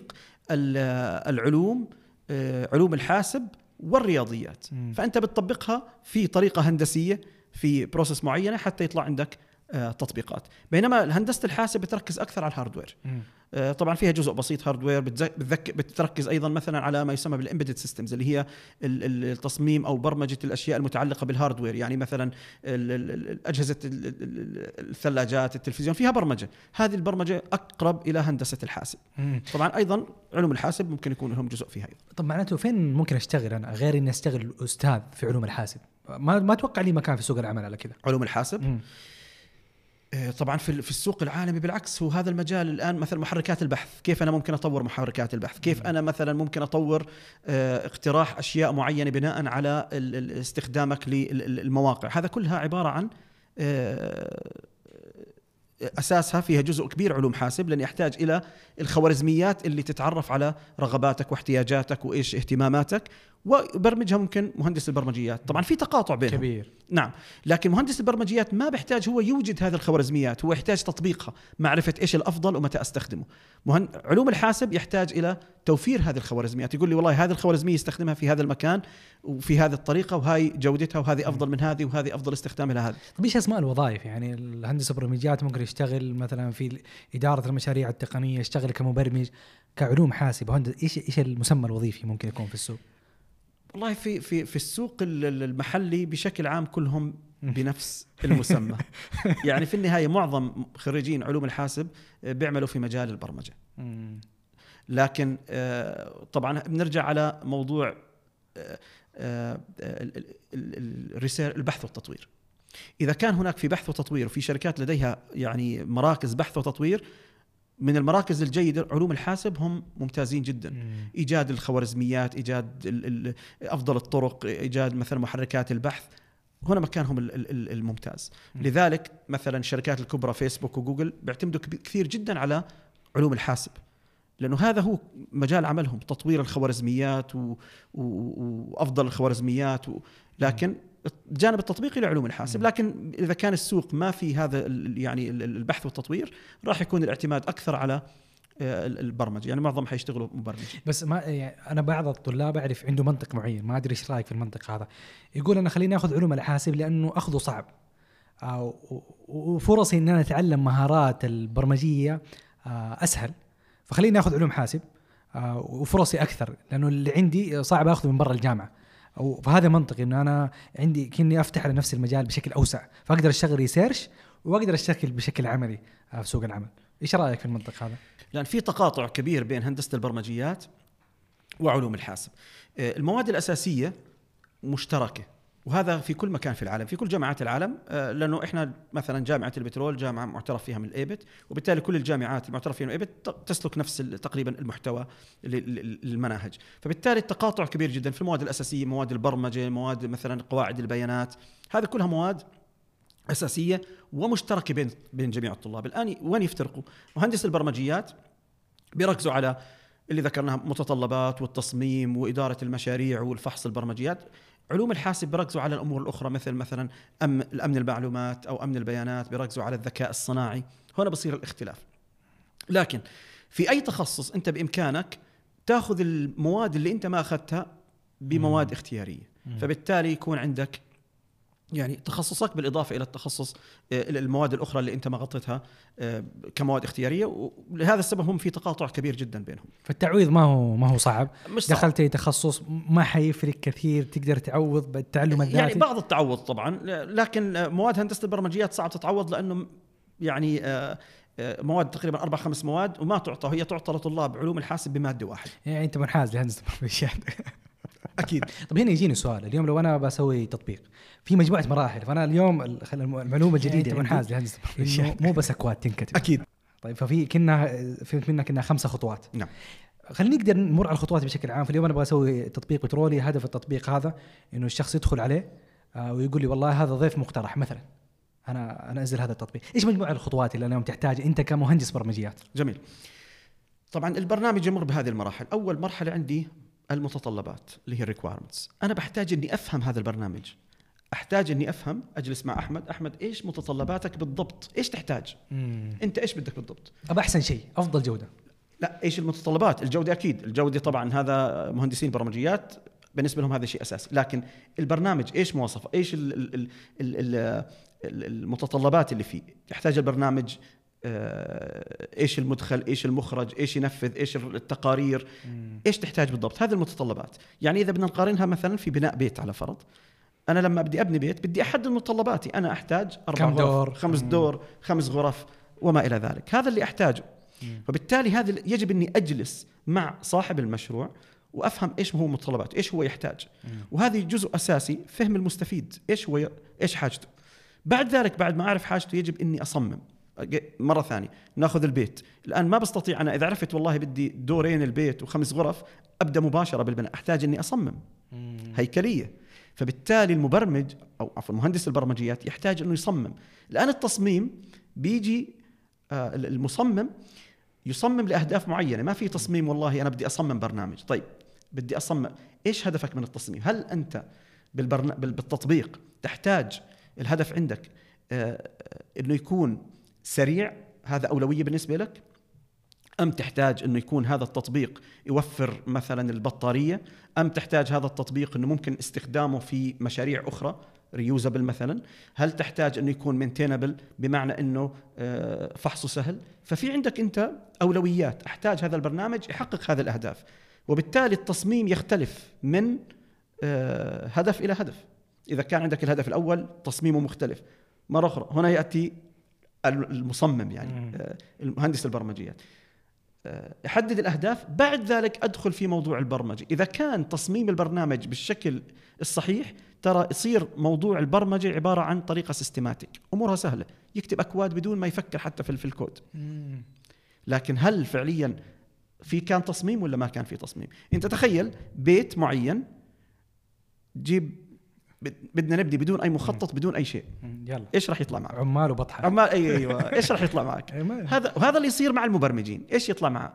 العلوم، علوم الحاسب والرياضيات. فأنت بتطبقها في طريقة هندسية في بروسيس معينة حتى يطلع عندك تطبيقات. بينما هندسة الحاسب بتركز أكثر على الهاردوير. طبعا فيها جزء بسيط هاردوير، بتركز أيضا مثلا على ما يسمى بالإمبيدد سيستمز، اللي هي التصميم أو برمجة الأشياء المتعلقة بالهاردوير. يعني مثلا أجهزة الثلاجات، التلفزيون، فيها برمجة. هذه البرمجة أقرب إلى هندسة الحاسب. طبعا أيضا علوم الحاسب ممكن يكون لهم جزء فيها أيضا. طب معناته فين ممكن أشتغل أنا غير إني أشتغل أستاذ في علوم الحاسب؟ ما أتوقع لي مكان في سوق العمل على كذا. علوم الحاسب طبعا في السوق العالمي بالعكس هو هذا المجال الآن. مثلا محركات البحث، كيف أنا ممكن أطور محركات البحث؟ كيف أنا مثلا ممكن أطور اقتراح أشياء معينة بناء على استخدامك للمواقع؟ هذا كلها عبارة عن أساسها فيها جزء كبير علوم حاسب، لأن يحتاج إلى الخوارزميات اللي تتعرف على رغباتك واحتياجاتك وإيش اهتماماتك، وبرمجها ممكن مهندس البرمجيات. طبعا في تقاطع بينهم كبير. نعم، لكن مهندس البرمجيات ما بيحتاج هو يوجد هذه الخوارزميات، هو يحتاج تطبيقها، معرفة إيش الأفضل ومتى أستخدمه. علوم الحاسب يحتاج إلى توفير هذه الخوارزميات، يقول لي والله هذه الخوارزمية استخدمها في هذا المكان وفي هذه الطريقة، وهي جودتها، وهذه أفضل من هذه، وهذه أفضل استخدام لهذه. طيب إيش أسماء الوظائف؟ يعني الهندسة البرمجيات ممكن يشتغل مثلا في إدارة المشاريع التقنية، يشتغل كمبرمج، كعلوم حاسب وهندسة. إيش المسمى الوظيفي ممكن يكون في السوق؟ والله في السوق المحلي بشكل عام كلهم بنفس المسمى. يعني في النهاية معظم خريجين علوم الحاسب بيعملوا في مجال البرمجة. لكن طبعا بنرجع على موضوع البحث والتطوير. إذا كان هناك في بحث وتطوير وفي شركات لديها يعني مراكز بحث وتطوير، من المراكز الجيدة علوم الحاسب هم ممتازين جدا. إيجاد الخوارزميات، إيجاد أفضل الطرق، إيجاد مثلا محركات البحث، هنا مكانهم الممتاز. لذلك مثلا الشركات الكبرى فيسبوك وجوجل بيعتمدوا كثير جدا على علوم الحاسب، لأنه هذا هو مجال عملهم، تطوير الخوارزميات وأفضل الخوارزميات لكن الجانب التطبيقي لعلوم الحاسب. لكن إذا كان السوق ما في هذا يعني البحث والتطوير، راح يكون الاعتماد أكثر على البرمجة. يعني معظم حيشتغلوا مبرمج. بس ما يعني أنا بعض الطلاب أعرف عنده منطق معين، ما أدري إيش رأيك في المنطق هذا. يقول أنا خليني أخذ علوم الحاسب لأنه أخذه صعب، وفرصي إن أنا أتعلم مهارات البرمجية أسهل، فخليني أخذ علوم حاسب وفرصي أكثر، لأنه اللي عندي صعب أخذه من برا الجامعة. فهذا منطقي إنه أنا عندي كني أفتح على نفس المجال بشكل أوسع، فأقدر أشتغل ريسيرش وأقدر أشتغل بشكل عملي في سوق العمل. إيش رأيك في المنطق هذا؟ لأن في تقاطع كبير بين هندسة البرمجيات وعلوم الحاسب. المواد الأساسية مشتركة، وهذا في كل مكان في العالم، في كل جامعات العالم. لأنه إحنا مثلا جامعة البترول جامعة معترف فيها من الإيبت، وبالتالي كل الجامعات المعترف فيها من الإيبت تسلك نفس تقريبا المحتوى للمناهج. فبالتالي التقاطع كبير جدا في المواد الأساسية، مواد البرمجة، مواد مثلا قواعد البيانات، هذه كلها مواد أساسية ومشتركة بين جميع الطلاب. الآن وين يفترقوا؟ مهندس البرمجيات بيركزوا على اللي ذكرناها، متطلبات والتصميم وإدارة المشاريع والفحص البرمجيات. علوم الحاسب بيركزوا على الأمور الأخرى، مثلا الأمن المعلومات أو أمن البيانات، بيركزوا على الذكاء الصناعي. هنا بصير الاختلاف. لكن في أي تخصص أنت بإمكانك تأخذ المواد اللي أنت ما أخذتها بمواد اختيارية، فبالتالي يكون عندك يعني تخصصك بالإضافة إلى التخصص المواد الأخرى اللي أنت ما غطيتها كمواد اختيارية. ولهذا السبب هم في تقاطع كبير جدا بينهم. فالتعويض ما هو صعب. دخلت تخصص ما حيفرق كثير، تقدر تعوض بالتعلم الذاتي. يعني بعض التعوض طبعا، لكن مواد هندسة البرمجيات صعب تتعوض، لأنه يعني مواد تقريبا 4-5 مواد وما تعطى، هي تعطى لطلاب علوم الحاسب بمادة واحدة. يعني أنت منحاز لهندسة البرمجيات. أكيد. طب هنا يجيني سؤال، اليوم لو أنا بسوي تطبيق في مجموعة مراحل، فأنا اليوم المعلومة الجديدة منحاز لهندسة البرمجيات، مو بس أكواد تنكتب. أكيد. طيب ففي فهمت منك إنها 5 خطوات. نعم. خلينا نقدر نمر على الخطوات بشكل عام. فاليوم أنا أبغى أسوي تطبيق بترولي، هدف التطبيق هذا إنه الشخص يدخل عليه ويقول لي والله هذا ضيف مقترح مثلا، أنا أنزل هذا التطبيق. إيش مجموعة الخطوات اللي اليوم تحتاج أنت كمهندس برمجيات؟ جميل. طبعا البرنامج يمر بهذه المراحل. أول مرحلة عندي المتطلبات اللي هي الريكويرمنتس. أنا بحتاج إني أفهم هذا البرنامج، أحتاج إني أفهم، أجلس مع أحمد إيش متطلباتك بالضبط، إيش تحتاج أنت، إيش بدك بالضبط. أبى أحسن شيء، أفضل جودة. لا، ايش المتطلبات؟ الجوده اكيد، الجوده طبعا هذا مهندسين برمجيات بالنسبه لهم هذا شيء اساسي، لكن البرنامج ايش مواصفه، ايش المتطلبات اللي فيه، يحتاج البرنامج ايش المدخل، ايش المخرج، ايش ينفذ، ايش التقارير، ايش تحتاج بالضبط. هذه المتطلبات. يعني اذا بدنا نقارنها مثلا في بناء بيت على فرض، انا لما بدي ابني بيت بدي احدد متطلباتي، انا احتاج 4 غرف، 5 دور، 5 غرف وما الى ذلك، هذا اللي احتاجه. فبالتالي هذا يجب اني اجلس مع صاحب المشروع وافهم ايش هو متطلباته، ايش هو يحتاج. وهذه جزء اساسي، فهم المستفيد ايش هو، ايش حاجته. بعد ذلك بعد ما اعرف حاجته يجب اني اصمم. مرة ثانية ناخذ البيت، الآن ما بستطيع أنا إذا عرفت والله بدي دورين البيت و5 غرف أبدأ مباشرة بالبناء، أحتاج إني أصمم هيكلية. فبالتالي المبرمج أو عفوا مهندس البرمجيات يحتاج إنه يصمم. الآن التصميم بيجي المصمم يصمم لأهداف معينة، ما في تصميم والله أنا بدي أصمم برنامج. طيب بدي أصمم، إيش هدفك من التصميم؟ هل أنت بالتطبيق تحتاج الهدف عندك إنه يكون سريع، هذا أولوية بالنسبة لك، أم تحتاج أنه يكون هذا التطبيق يوفر مثلا البطارية، أم تحتاج هذا التطبيق أنه ممكن استخدامه في مشاريع أخرى reusable مثلا، هل تحتاج أنه يكون maintainable بمعنى أنه فحصه سهل. ففي عندك أنت أولويات، أحتاج هذا البرنامج يحقق هذه الأهداف، وبالتالي التصميم يختلف من هدف إلى هدف. إذا كان عندك الهدف الأول تصميمه مختلف، مرة أخرى هنا يأتي المصمم يعني المهندس البرمجيات يحدد الأهداف، بعد ذلك أدخل في موضوع البرمجة. إذا كان تصميم البرنامج بالشكل الصحيح، ترى يصير موضوع البرمجة عبارة عن طريقة سيستماتيك، أمورها سهلة، يكتب أكواد بدون ما يفكر حتى في الكود. لكن هل فعليا في كان تصميم ولا ما كان في تصميم؟ أنت تخيل بيت معين، جيب بدنا نبدي بدون أي مخطط، بدون أي شيء، يلا إيش راح يطلع معك؟ عمال وبطحة، عمال. أيوة إيش راح يطلع معك؟ هذا اللي يصير مع المبرمجين، إيش يطلع معه؟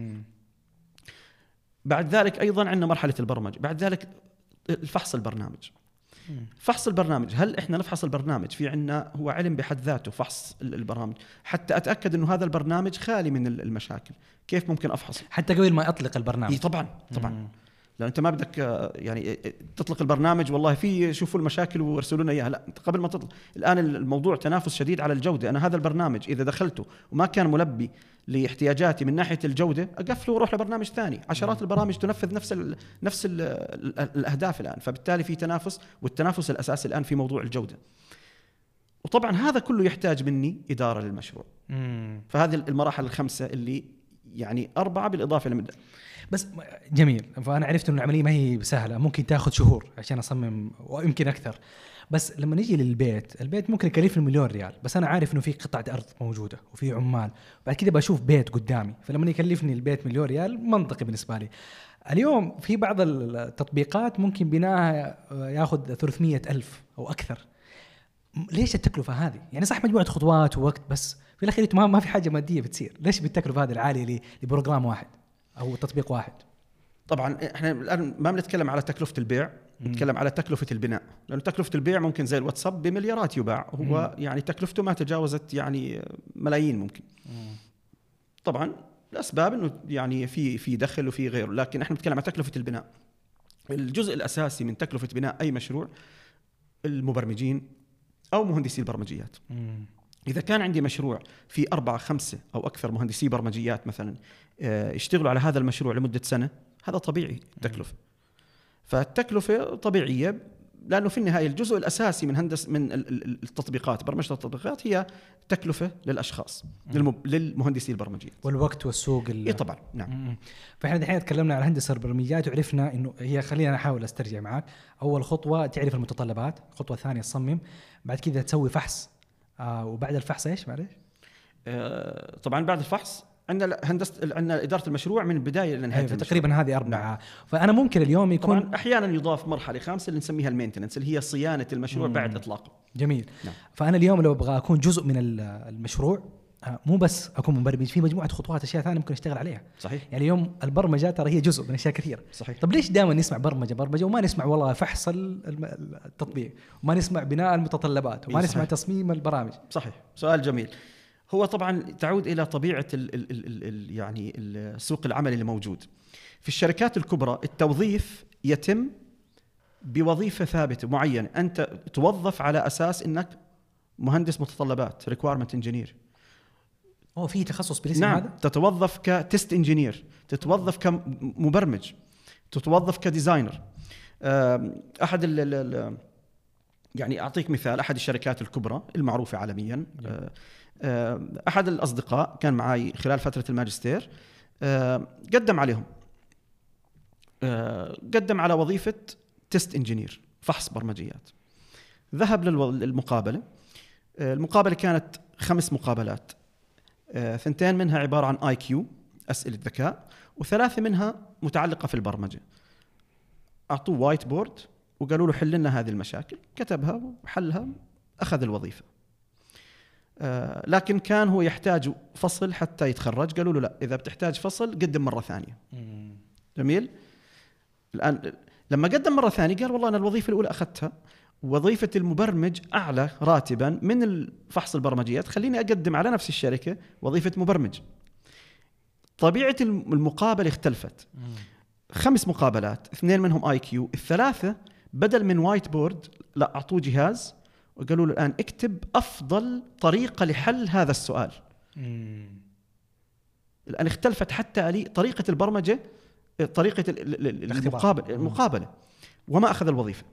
بعد ذلك أيضا عندنا مرحلة البرمجة، بعد ذلك الفحص البرنامج. فحص البرنامج، هل إحنا نفحص البرنامج؟ في عنا هو علم بحد ذاته فحص البرامج، حتى أتأكد إنه هذا البرنامج خالي من المشاكل. كيف ممكن أفحص؟ حتى قبل ما أطلق البرنامج. طبعا لأن أنت ما بدك يعني تطلق البرنامج والله في شوفوا المشاكل وارسلوا لنا إياها، لا، أنت قبل ما تطلق. الآن الموضوع تنافس شديد على الجودة، أنا هذا البرنامج إذا دخلته وما كان ملبي لاحتياجاتي من ناحية الجودة أقفله وأروح لبرنامج ثاني. عشرات البرامج تنفذ نفس الأهداف الآن، فبالتالي في تنافس، والتنافس الأساسي الآن في موضوع الجودة. وطبعا هذا كله يحتاج مني إدارة للمشروع. فهذه المراحل الخمسة اللي يعني 4 بالإضافة لمدة. بس جميل. فأنا عرفت إنه العملية ما هي سهلة، ممكن تأخذ شهور عشان أصمم ويمكن أكثر. بس لما نيجي للبيت، البيت ممكن يكلفني $1,000,000، بس أنا عارف إنه في قطعة أرض موجودة وفي عمال، بعد كده بشوف بيت قدامي، فلما يكلفني البيت $1,000,000 منطقي بالنسبة لي. اليوم في بعض التطبيقات ممكن بناءها يأخذ 300,000 أو أكثر. ليش التكلفة هذه؟ يعني صح مجموعة خطوات ووقت، بس في الأخير ما في حاجة مادية بتصير. ليش بالتكلفة هذه العالية لبروجرام واحد أو تطبيق واحد؟ طبعا احنا الآن ما بنتكلم على تكلفة البيع، نتكلم على تكلفة البناء، لأن تكلفة البيع ممكن زي الواتساب بمليارات يباع، هو يعني تكلفته ما تجاوزت يعني ملايين ممكن. طبعا الأسباب إنه يعني في دخل وفي غيره، لكن احنا نتكلم على تكلفة البناء. الجزء الأساسي من تكلفة بناء أي مشروع المبرمجين أو مهندسي البرمجيات. إذا كان عندي مشروع في 4 5 أو أكثر مهندسي برمجيات مثلا يشتغلوا على هذا المشروع لمدة سنة، هذا طبيعي التكلفة. فالتكلفة طبيعية، لأنه في النهاية الجزء الأساسي من التطبيقات، برمجة التطبيقات، هي تكلفة للأشخاص، للمهندسي البرمجيات، والوقت والسوق. طبعا نعم. فإحنا دحين تكلمنا على هندسة البرمجيات وعرفنا إنه هي، خلينا أحاول أسترجع معك. أول خطوة تعرف المتطلبات، الخطوة الثانية تصمم، بعد كذا تسوي فحص، وبعد الفحص إيش معلش؟ طبعا بعد الفحص عندنا عندنا إدارة المشروع من البداية إلى نهاية. تقريبا هذه 4. فأنا ممكن اليوم يكون طبعا أحيانا يضاف مرحلة 5 اللي نسميها المينتنس، اللي هي صيانة المشروع بعد إطلاقه. جميل. نعم. فأنا اليوم لو أبغى أكون جزء من المشروع، مو بس أكون مبرمج، في مجموعة خطوات أشياء ثانية ممكن أشتغل عليها. صحيح. يعني اليوم البرمجة ترى هي جزء من أشياء كثيرة. صحيح. طب ليش دائما نسمع برمجة وما نسمع والله فحص التطبيق، وما نسمع بناء المتطلبات، وما نسمع تصميم البرامج؟ صحيح، سؤال جميل. هو طبعا تعود الى طبيعه يعني سوق العمل اللي موجود في الشركات الكبرى. التوظيف يتم بوظيفه ثابته معينه، انت توظف على اساس انك مهندس متطلبات requirement engineer. في تخصص بالاسم نعم. هذا؟ تتوظف كتست انجينير، تتوظف كمبرمج، تتوظف كديزاينر. احد يعني اعطيك مثال، احد الشركات الكبرى المعروفه عالميا، احد الاصدقاء كان معي خلال فتره الماجستير، قدم عليهم، قدم على وظيفه تست انجينير، فحص برمجيات. ذهب للمقابله. المقابله كانت 5 مقابلات، 2 منها عباره عن IQ اسئله ذكاء، و3 منها متعلقه في البرمجه. اعطوه وايت بورد وقالوا له حل لنا هذه المشاكل، كتبها وحلها، اخذ الوظيفه. لكن كان هو يحتاج فصل حتى يتخرج. قالوا له لا، اذا بتحتاج فصل قدم مره ثانيه. جميل. الان لما قدم مره ثانيه قال والله انا الوظيفه الاولى اخذتها، وظيفه المبرمج اعلى راتبا من فحص البرمجيات، خليني اقدم على نفس الشركه وظيفه مبرمج. طبيعه المقابله اختلفت. 5 مقابلات، 2 منهم IQ، ال3 بدل من وايت بورد لا اعطوه جهاز وقالوا له الان اكتب افضل طريقه لحل هذا السؤال. الان اختلفت حتى طريقه البرمجه، طريقه المقابله، وما اخذ الوظيفه.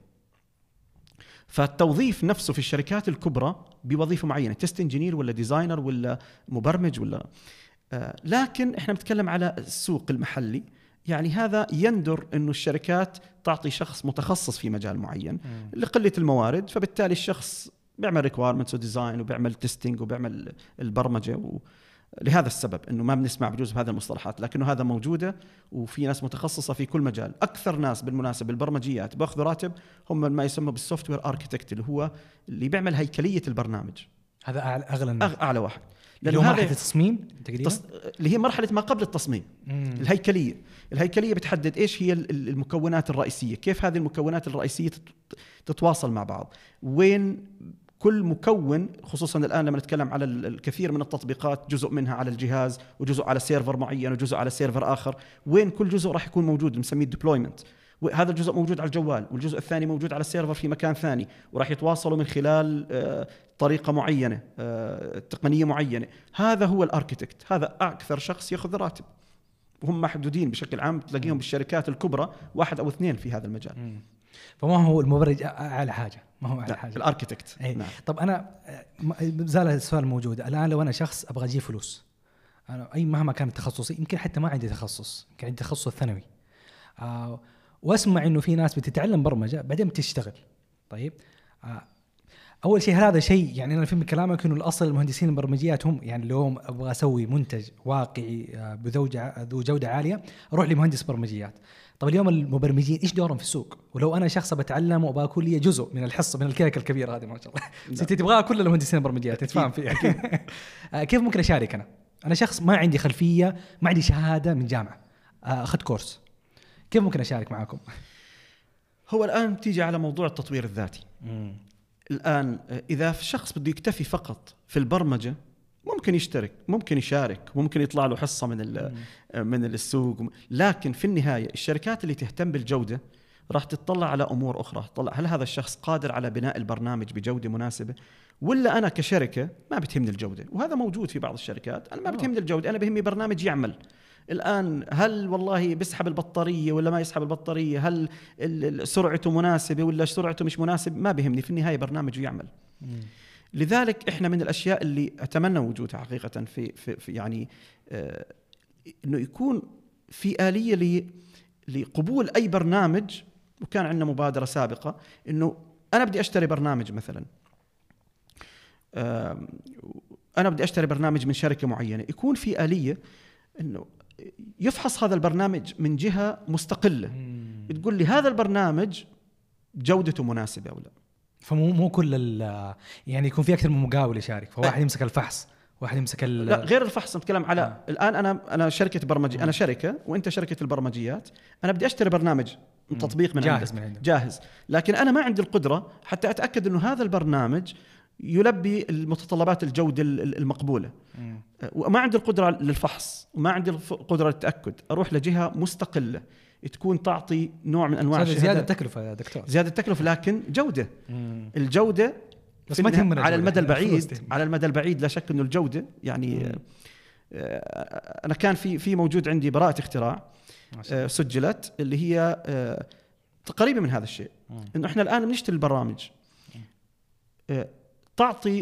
فالتوظيف نفسه في الشركات الكبرى بوظيفه معينه، تست انجينير ولا ديزاينر ولا مبرمج ولا لكن احنا بنتكلم على السوق المحلي. يعني هذا يندر انه الشركات تعطي شخص متخصص في مجال معين لقله الموارد، فبالتالي الشخص بيعمل ريكويرمنتس وديزاين وبيعمل تيستينج وبيعمل البرمجه. لهذا السبب انه ما بنسمع بجوز بهذه المصطلحات، لكنه هذا موجوده وفي ناس متخصصه في كل مجال. اكثر ناس بالمناسبه البرمجيات باخذوا راتب هم ما يسمى بالسوفت وير اركيتكت، اللي هو اللي بيعمل هيكليه البرنامج. هذا اغلى الناس، اعلى واحد، لانه مرحله التصميم اللي هي مرحله ما قبل التصميم. الهيكليه بتحدد ايش هي المكونات الرئيسيه، كيف هذه المكونات الرئيسيه تتواصل مع بعض، وين كل مكون، خصوصا الآن لما نتكلم على الكثير من التطبيقات، جزء منها على الجهاز وجزء على سيرفر معين وجزء على سيرفر آخر، وين كل جزء راح يكون موجود، نسميه ديبلويمنت. هذا الجزء موجود على الجوال والجزء الثاني موجود على السيرفر في مكان ثاني، وراح يتواصلوا من خلال طريقة معينة، تقنية معينة. هذا هو الاركيتكت، هذا أكثر شخص يأخذ راتب، وهم محدودين بشكل عام، تلاقيهم بالشركات الكبرى 1 أو 2 في هذا المجال. فما هو المبرمج أعلى حاجة، ما هو أعلى حاجة الاركيتكت. نعم. طب أنا زال السؤال موجود الآن، لو أنا شخص أبغى أجيب فلوس، أنا أي مهما كان تخصصي، يمكن حتى ما عندي تخصص، يمكن عندي تخصص ثانوي، واسمع إنه في ناس بتتعلم برمجة بعدين بتشتغل. طيب أول شيء هذا شيء، يعني أنا فهم كلامك إنه الأصل المهندسين البرمجيات هم يعني لو أبغى أسوي منتج واقعي ذو جودة عالية أروح لمهندس برمجيات. طب اليوم المبرمجين إيش دورهم في السوق؟ ولو أنا شخص بتعلم وأبغى أكون لي جزء من الحصة من الكيكة الكبيرة هذه ما شاء الله، بس أنت تبغى كل المهندسين البرمجيات تتفاهم فيها. كيف ممكن أشارك أنا شخص ما عندي خلفية، ما عندي شهادة من جامعة، أخذت كورس، كيف ممكن أشارك معكم؟ هو الآن تيجي على موضوع التطوير الذاتي. الآن إذا شخص بده يكتفي فقط في البرمجة ممكن يشترك، ممكن يشارك، ممكن يطلع له حصة من السوق، لكن في النهاية الشركات اللي تهتم بالجودة راح تطلع على أمور أخرى، تطلع هل هذا الشخص قادر على بناء البرنامج بجودة مناسبة، ولا أنا كشركة ما بتهمني الجودة. وهذا موجود في بعض الشركات، أنا ما بتهمني الجودة، أنا بهمني برنامج يعمل. الآن هل والله بيسحب البطارية ولا ما يسحب البطارية، هل سرعته مناسبة ولا سرعته مش مناسب، ما بيهمني، في النهاية برنامج يعمل. لذلك إحنا من الأشياء اللي أتمنى وجودها حقيقة في يعني إنه يكون في آلية لقبول أي برنامج. وكان عندنا مبادرة سابقة إنه أنا بدي أشتري برنامج مثلا، أنا بدي أشتري برنامج من شركة معينة، يكون في آلية إنه يفحص هذا البرنامج من جهة مستقلة، تقول لي هذا البرنامج جودته مناسبة أو لا. فمو كل يعني يكون في أكثر من مقاول يشارك، فواحد يمسك الفحص، واحد يمسك لا غير الفحص. نتكلم على الآن أنا شركة برمجي، أنا شركة وأنت شركة البرمجيات، أنا بدي أشتري برنامج تطبيق من جاهز، جاهز، لكن أنا ما عندي القدرة حتى أتأكد إنه هذا البرنامج يلبي المتطلبات الجودة المقبولة، وما عندي القدرة للفحص وما عندي القدرة للتأكد، أروح لجهة مستقلة تكون تعطي نوع من أنواع زيادة تكلفة يا دكتور، زيادة تكلفة، لكن جودة. الجودة بس ما تهمنا على المدى البعيد، على المدى البعيد لا شك إنه الجودة يعني أنا كان في موجود عندي براءة اختراع سجلت اللي هي قريبة من هذا الشيء، إنه إحنا الآن بنشتري البرامج تعطي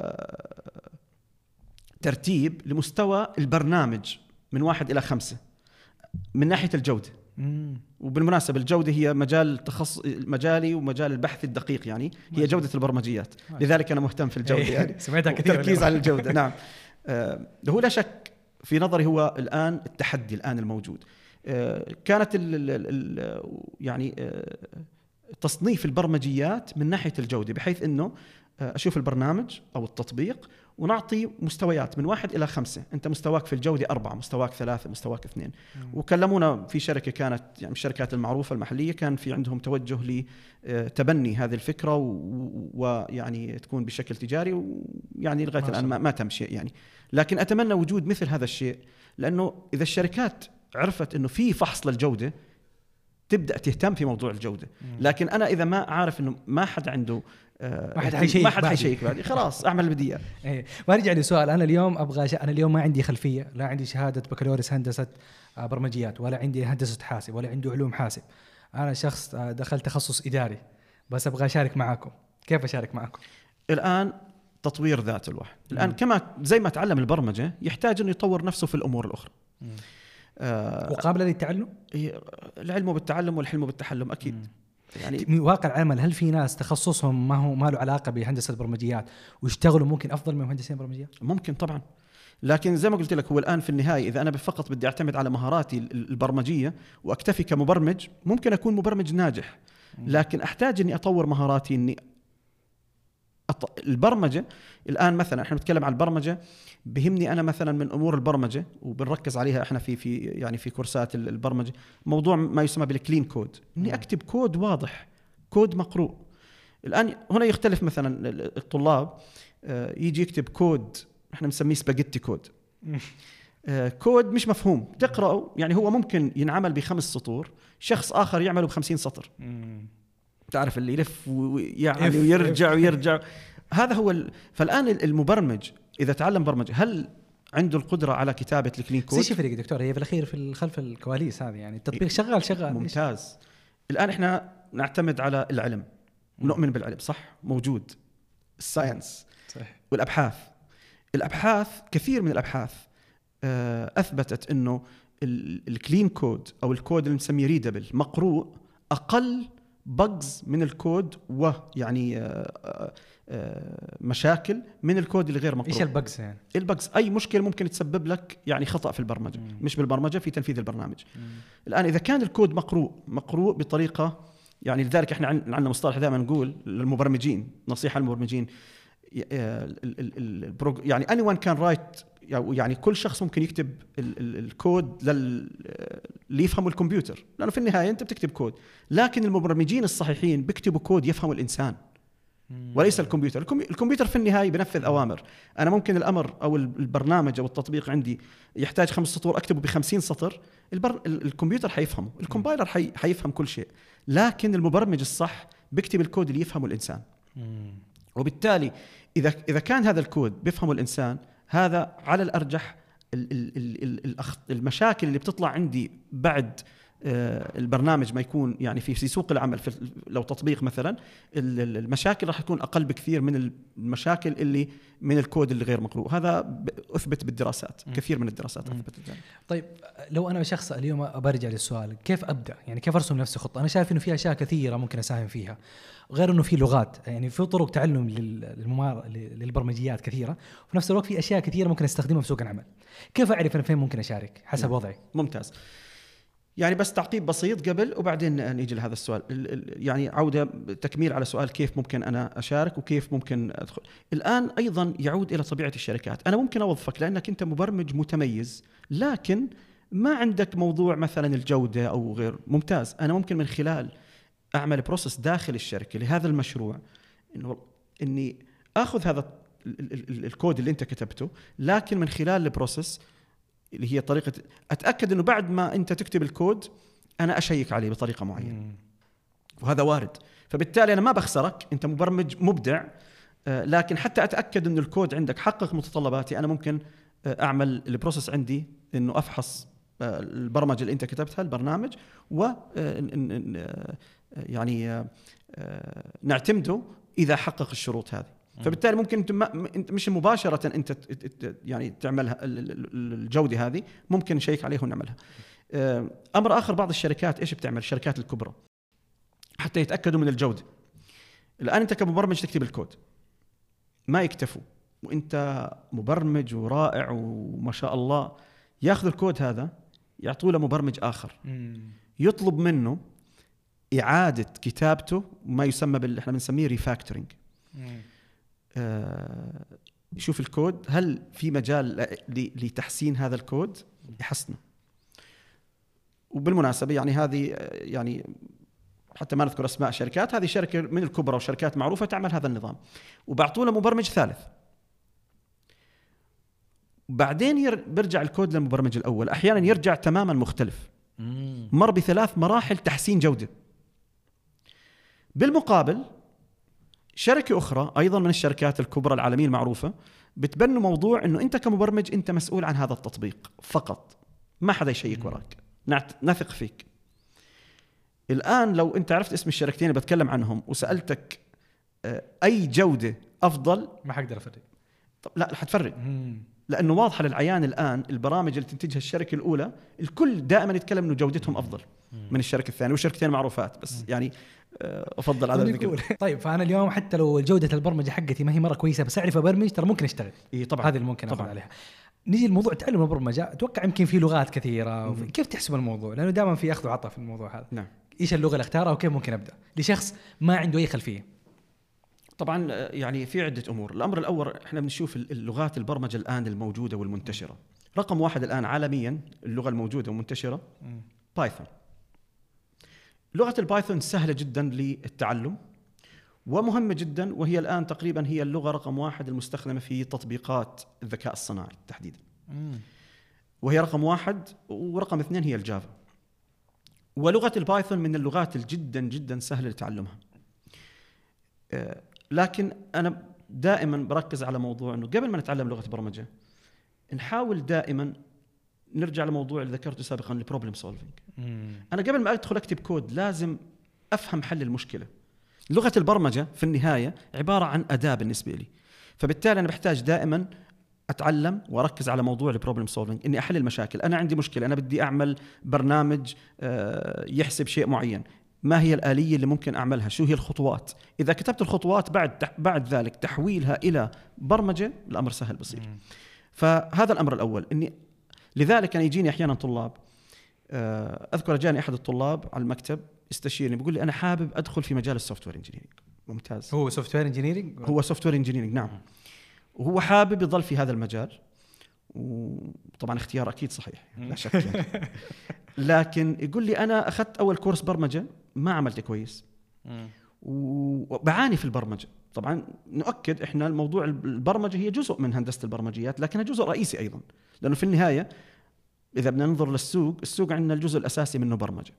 ترتيب لمستوى البرنامج من 1 إلى 5 من ناحية الجودة. وبالمناسبة الجودة هي مجالي ومجال البحث الدقيق، يعني هي جودة البرمجيات، لذلك أنا مهتم في الجودة يعني سمعتها كثير، تركيز على الجودة. نعم. هو لا شك في نظري هو الآن التحدي الآن الموجود. كانت يعني تصنيف البرمجيات من ناحية الجودة، بحيث إنه أشوف البرنامج أو التطبيق ونعطي مستويات من 1 إلى 5. أنت مستواك في الجودة 4، مستواك 3، مستواك 2. وكلمونا في شركة كانت يعني من الشركات المعروفة المحلية، كان في عندهم توجه لتبني هذه الفكرة ويعني تكون بشكل تجاري، ويعني لغاية الآن ما تم شيء يعني. لكن أتمنى وجود مثل هذا الشيء، لأنه إذا الشركات عرفت إنه في فحص للجودة تبدأ تهتم في موضوع الجودة. لكن أنا إذا ما عارف إنه ما حد عنده ما حد حيشيك بعدي، خلاص أعمل اللي بدي إياه. وارجع لسؤال، أنا اليوم أنا اليوم ما عندي خلفية، لا عندي شهادة بكالوريوس هندسة برمجيات، ولا عندي هندسة حاسب، ولا عندي علوم حاسب. أنا شخص دخلت تخصص إداري، بس أبغى أشارك معاكم. كيف أشارك معاكم؟ الآن تطوير ذات الواحد الآن كما زي ما تعلم البرمجة يحتاج إنه يطور نفسه في الأمور الأخرى. وقابلة للتعلم؟ العلم بالتعلم والحلم بالتحلم أكيد. يعني واقع العمل، هل في ناس تخصصهم ما له علاقة بهندسة البرمجيات ويشتغلوا ممكن أفضل من مهندسين برمجيات؟ ممكن طبعا، لكن زي ما قلت لك هو الآن في النهاية إذا أنا فقط بدي أعتمد على مهاراتي البرمجية وأكتفي كمبرمج، ممكن أكون مبرمج ناجح، لكن أحتاج إني أطور مهاراتي. إني البرمجة الآن مثلا إحنا بنتكلم عن البرمجة، بهمني أنا مثلا من أمور البرمجة وبنركز عليها إحنا في يعني في كورسات البرمجة، موضوع ما يسمى بالكلين كود، إني أكتب كود واضح، كود مقروء. الآن هنا يختلف مثلا الطلاب، يجي يكتب كود إحنا بنسميه سباجيتي كود، كود مش مفهوم تقرأه، يعني هو ممكن ينعمل ب5 سطور، شخص آخر يعمله ب50 سطر. تعرف اللي يلف ويعني ويرجع هذا هو فالآن المبرمج إذا تعلم برمجة هل عنده القدرة على كتابة الكلين كود؟ ايش يفرق دكتور؟ هي في الأخير في خلف الكواليس هذه، يعني التطبيق شغال ممتاز. الآن إحنا نعتمد على العلم، نؤمن بالعلم، صح، موجود الساينس والأبحاث كثير من الأبحاث أثبتت إنه الكلين كود أو الكود اللي نسميه ريدابل مقروء أقل بجز من الكود، ويعني مشاكل من الكود اللي غير مقروء. ايش البجز يعني؟ البجز اي مشكله ممكن تسبب لك يعني خطا في البرمجه، مش بالبرمجه، في تنفيذ البرنامج. الان اذا كان الكود مقروء بطريقه، يعني لذلك احنا عندنا مصطلح دائما نقول للمبرمجين، نصيحه للمبرمجين، يعني anyone can write، يعني كل شخص ممكن يكتب الكود اللي يفهموا الكمبيوتر، لأنه في النهاية أنت بتكتب كود، لكن المبرمجين الصحيحين بيكتبوا كود يفهموا الإنسان وليس الكمبيوتر. الكمبيوتر في النهاية بنفذ أوامر. أنا ممكن الأمر أو البرنامج أو التطبيق عندي يحتاج 5 سطور أكتبه ب50 سطر، الكمبيوتر حيفهمه، الكومبايلر حيفهم كل شيء، لكن المبرمج الصح بيكتب الكود اللي يفهمه الإنسان. وبالتالي إذا كان هذا الكود بيفهمه الإنسان، هذا على الأرجح المشاكل اللي بتطلع عندي بعد البرنامج ما يكون يعني في سوق العمل، لو تطبيق مثلا، المشاكل راح تكون أقل بكثير من المشاكل اللي من الكود اللي غير مقروء. هذا أثبت بالدراسات، كثير من الدراسات أثبتت ذلك. طيب لو أنا شخص اليوم برجع للسؤال، كيف أبدأ؟ يعني كيف أرسم نفسي خطة؟ أنا شايف إنه في أشياء كثيرة ممكن أساهم فيها، غير إنه في لغات، يعني في طرق تعلم للبرمجيات كثيرة، وفي نفس الوقت في أشياء كثيرة ممكن أستخدمها في سوق العمل. كيف أعرف أنا فين ممكن أشارك حسب وضعي؟ ممتاز. يعني بس تعقيب بسيط قبل وبعدين نيجي لهذا السؤال، يعني عودة تكميل على سؤال كيف ممكن أنا أشارك وكيف ممكن أدخل. الآن أيضا يعود إلى طبيعة الشركات. أنا ممكن أوظفك لأنك أنت مبرمج متميز، لكن ما عندك موضوع مثلا الجودة أو غير ممتاز. أنا ممكن من خلال أعمل بروسس داخل الشركة لهذا المشروع، إني اخذ هذا الكود اللي انت كتبته، لكن من خلال البروسيس اللي هي طريقه اتاكد انه بعد ما انت تكتب الكود انا اشيك عليه بطريقه معينه، وهذا وارد. فبالتالي انا ما بخسرك، انت مبرمج مبدع، لكن حتى اتاكد انه الكود عندك حقق متطلباتي، انا ممكن اعمل البروسيس عندي انه افحص البرمجه اللي انت كتبتها، البرنامج، و يعني نعتمده اذا حقق الشروط هذه. فبالتالي ممكن انت مش مباشره انت يعني تعملها الجوده هذه، ممكن نشيك عليها ونعملها. امر اخر، بعض الشركات ايش بتعمل، الشركات الكبرى، حتى يتاكدوا من الجوده. الان انت كمبرمج تكتب الكود، ما يكتفوا وانت مبرمج ورائع وما شاء الله، ياخذ الكود هذا يعطوه لمبرمج اخر، يطلب منه اعاده كتابته، ما يسمى احنا بنسميه ريفاكتورينج. يشوف الكود هل في مجال لتحسين هذا الكود، يحسنه. وبالمناسبه يعني هذه يعني حتى ما نذكر اسماء شركات، هذه شركه من الكبرى وشركات معروفه تعمل هذا النظام، وبعطوا له مبرمج ثالث. بعدين بيرجع الكود للمبرمج الاول، احيانا يرجع تماما مختلف، مر بثلاث مراحل تحسين جوده. بالمقابل شركه اخرى ايضا من الشركات الكبرى العالميه المعروفه بتبنوا موضوع انه انت كمبرمج انت مسؤول عن هذا التطبيق فقط، ما حدا يشيك وراك، نثق فيك. الان لو انت عرفت اسم الشركتين اللي بتكلم عنهم وسالتك اي جوده افضل، ما حقدر افرق. طب لا حتفرق، لانه واضحه للعيان الان البرامج اللي تنتجها الشركه الاولى الكل دائما يتكلم انه جودتهم افضل من الشركه الثانيه، والشركتين معروفات، بس يعني افضل على الذكر. طيب فانا اليوم حتى لو جوده البرمجه حقتي ما هي مره كويسه بس اعرف ابرمج، ترى ممكن اشتغل. طبعا هذه اللي ممكن اخذ عليها. نيجي لموضوع تعلم البرمجه، اتوقع يمكن في لغات كثيره، كيف تحسب الموضوع؟ لانه دائما في اخذ وعطاء في الموضوع هذا. نعم. ايش اللغه اللي اختارها وكيف ممكن ابدا لشخص ما عنده اي خلفيه؟ طبعا يعني في عده امور. الامر الاول احنا بنشوف اللغات البرمجه الان الموجوده والمنتشره. رقم واحد الان عالميا اللغه الموجوده ومنتشره بايثون. لغه البايثون سهله جدا للتعلم ومهمه جدا، وهي الان تقريبا هي اللغه رقم واحد المستخدمه في تطبيقات الذكاء الصناعي تحديدا، وهي رقم واحد. ورقم اثنين هي الجافا. ولغه البايثون من اللغات الجدا جدا سهله لتعلمها. لكن أنا دائما بركز على موضوع أنه قبل ما نتعلم لغة برمجة نحاول دائما نرجع لموضوع اللي ذكرته سابقا، البروبلم سولفينج. أنا قبل ما أدخل أكتب كود لازم أفهم حل المشكلة. لغة البرمجة في النهاية عبارة عن أداة بالنسبة لي، فبالتالي أنا بحتاج دائما أتعلم وأركز على موضوع البروبلم سولفينج، إني أحل المشاكل. أنا عندي مشكلة، أنا بدي أعمل برنامج يحسب شيء معين، ما هي الآلية اللي ممكن أعملها؟ شو هي الخطوات؟ إذا كتبت الخطوات بعد ذلك تحويلها إلى برمجة، الأمر سهل بصير. فهذا الأمر الأول. إني لذلك أنا يجيني أحيانا طلاب، أذكر جاني أحد الطلاب على المكتب يستشيرني، بيقول لي أنا حابب أدخل في مجال السوفت وير انجينيرينج. ممتاز. هو سوفت وير انجينيرينج؟ هو سوفت وير انجينيرينج، نعم. وهو حابب يظل في هذا المجال، وطبعا اختيار أكيد صحيح لا شك يعني. لكن يقول لي أنا أخذت أول كورس برمجة ما عملت كويس وبعاني في البرمجة. طبعا نؤكد إحنا الموضوع البرمجة هي جزء من هندسة البرمجيات، لكنها جزء رئيسي أيضا، لأنه في النهاية إذا بدنا ننظر للسوق، السوق عندنا الجزء الأساسي منه برمجة.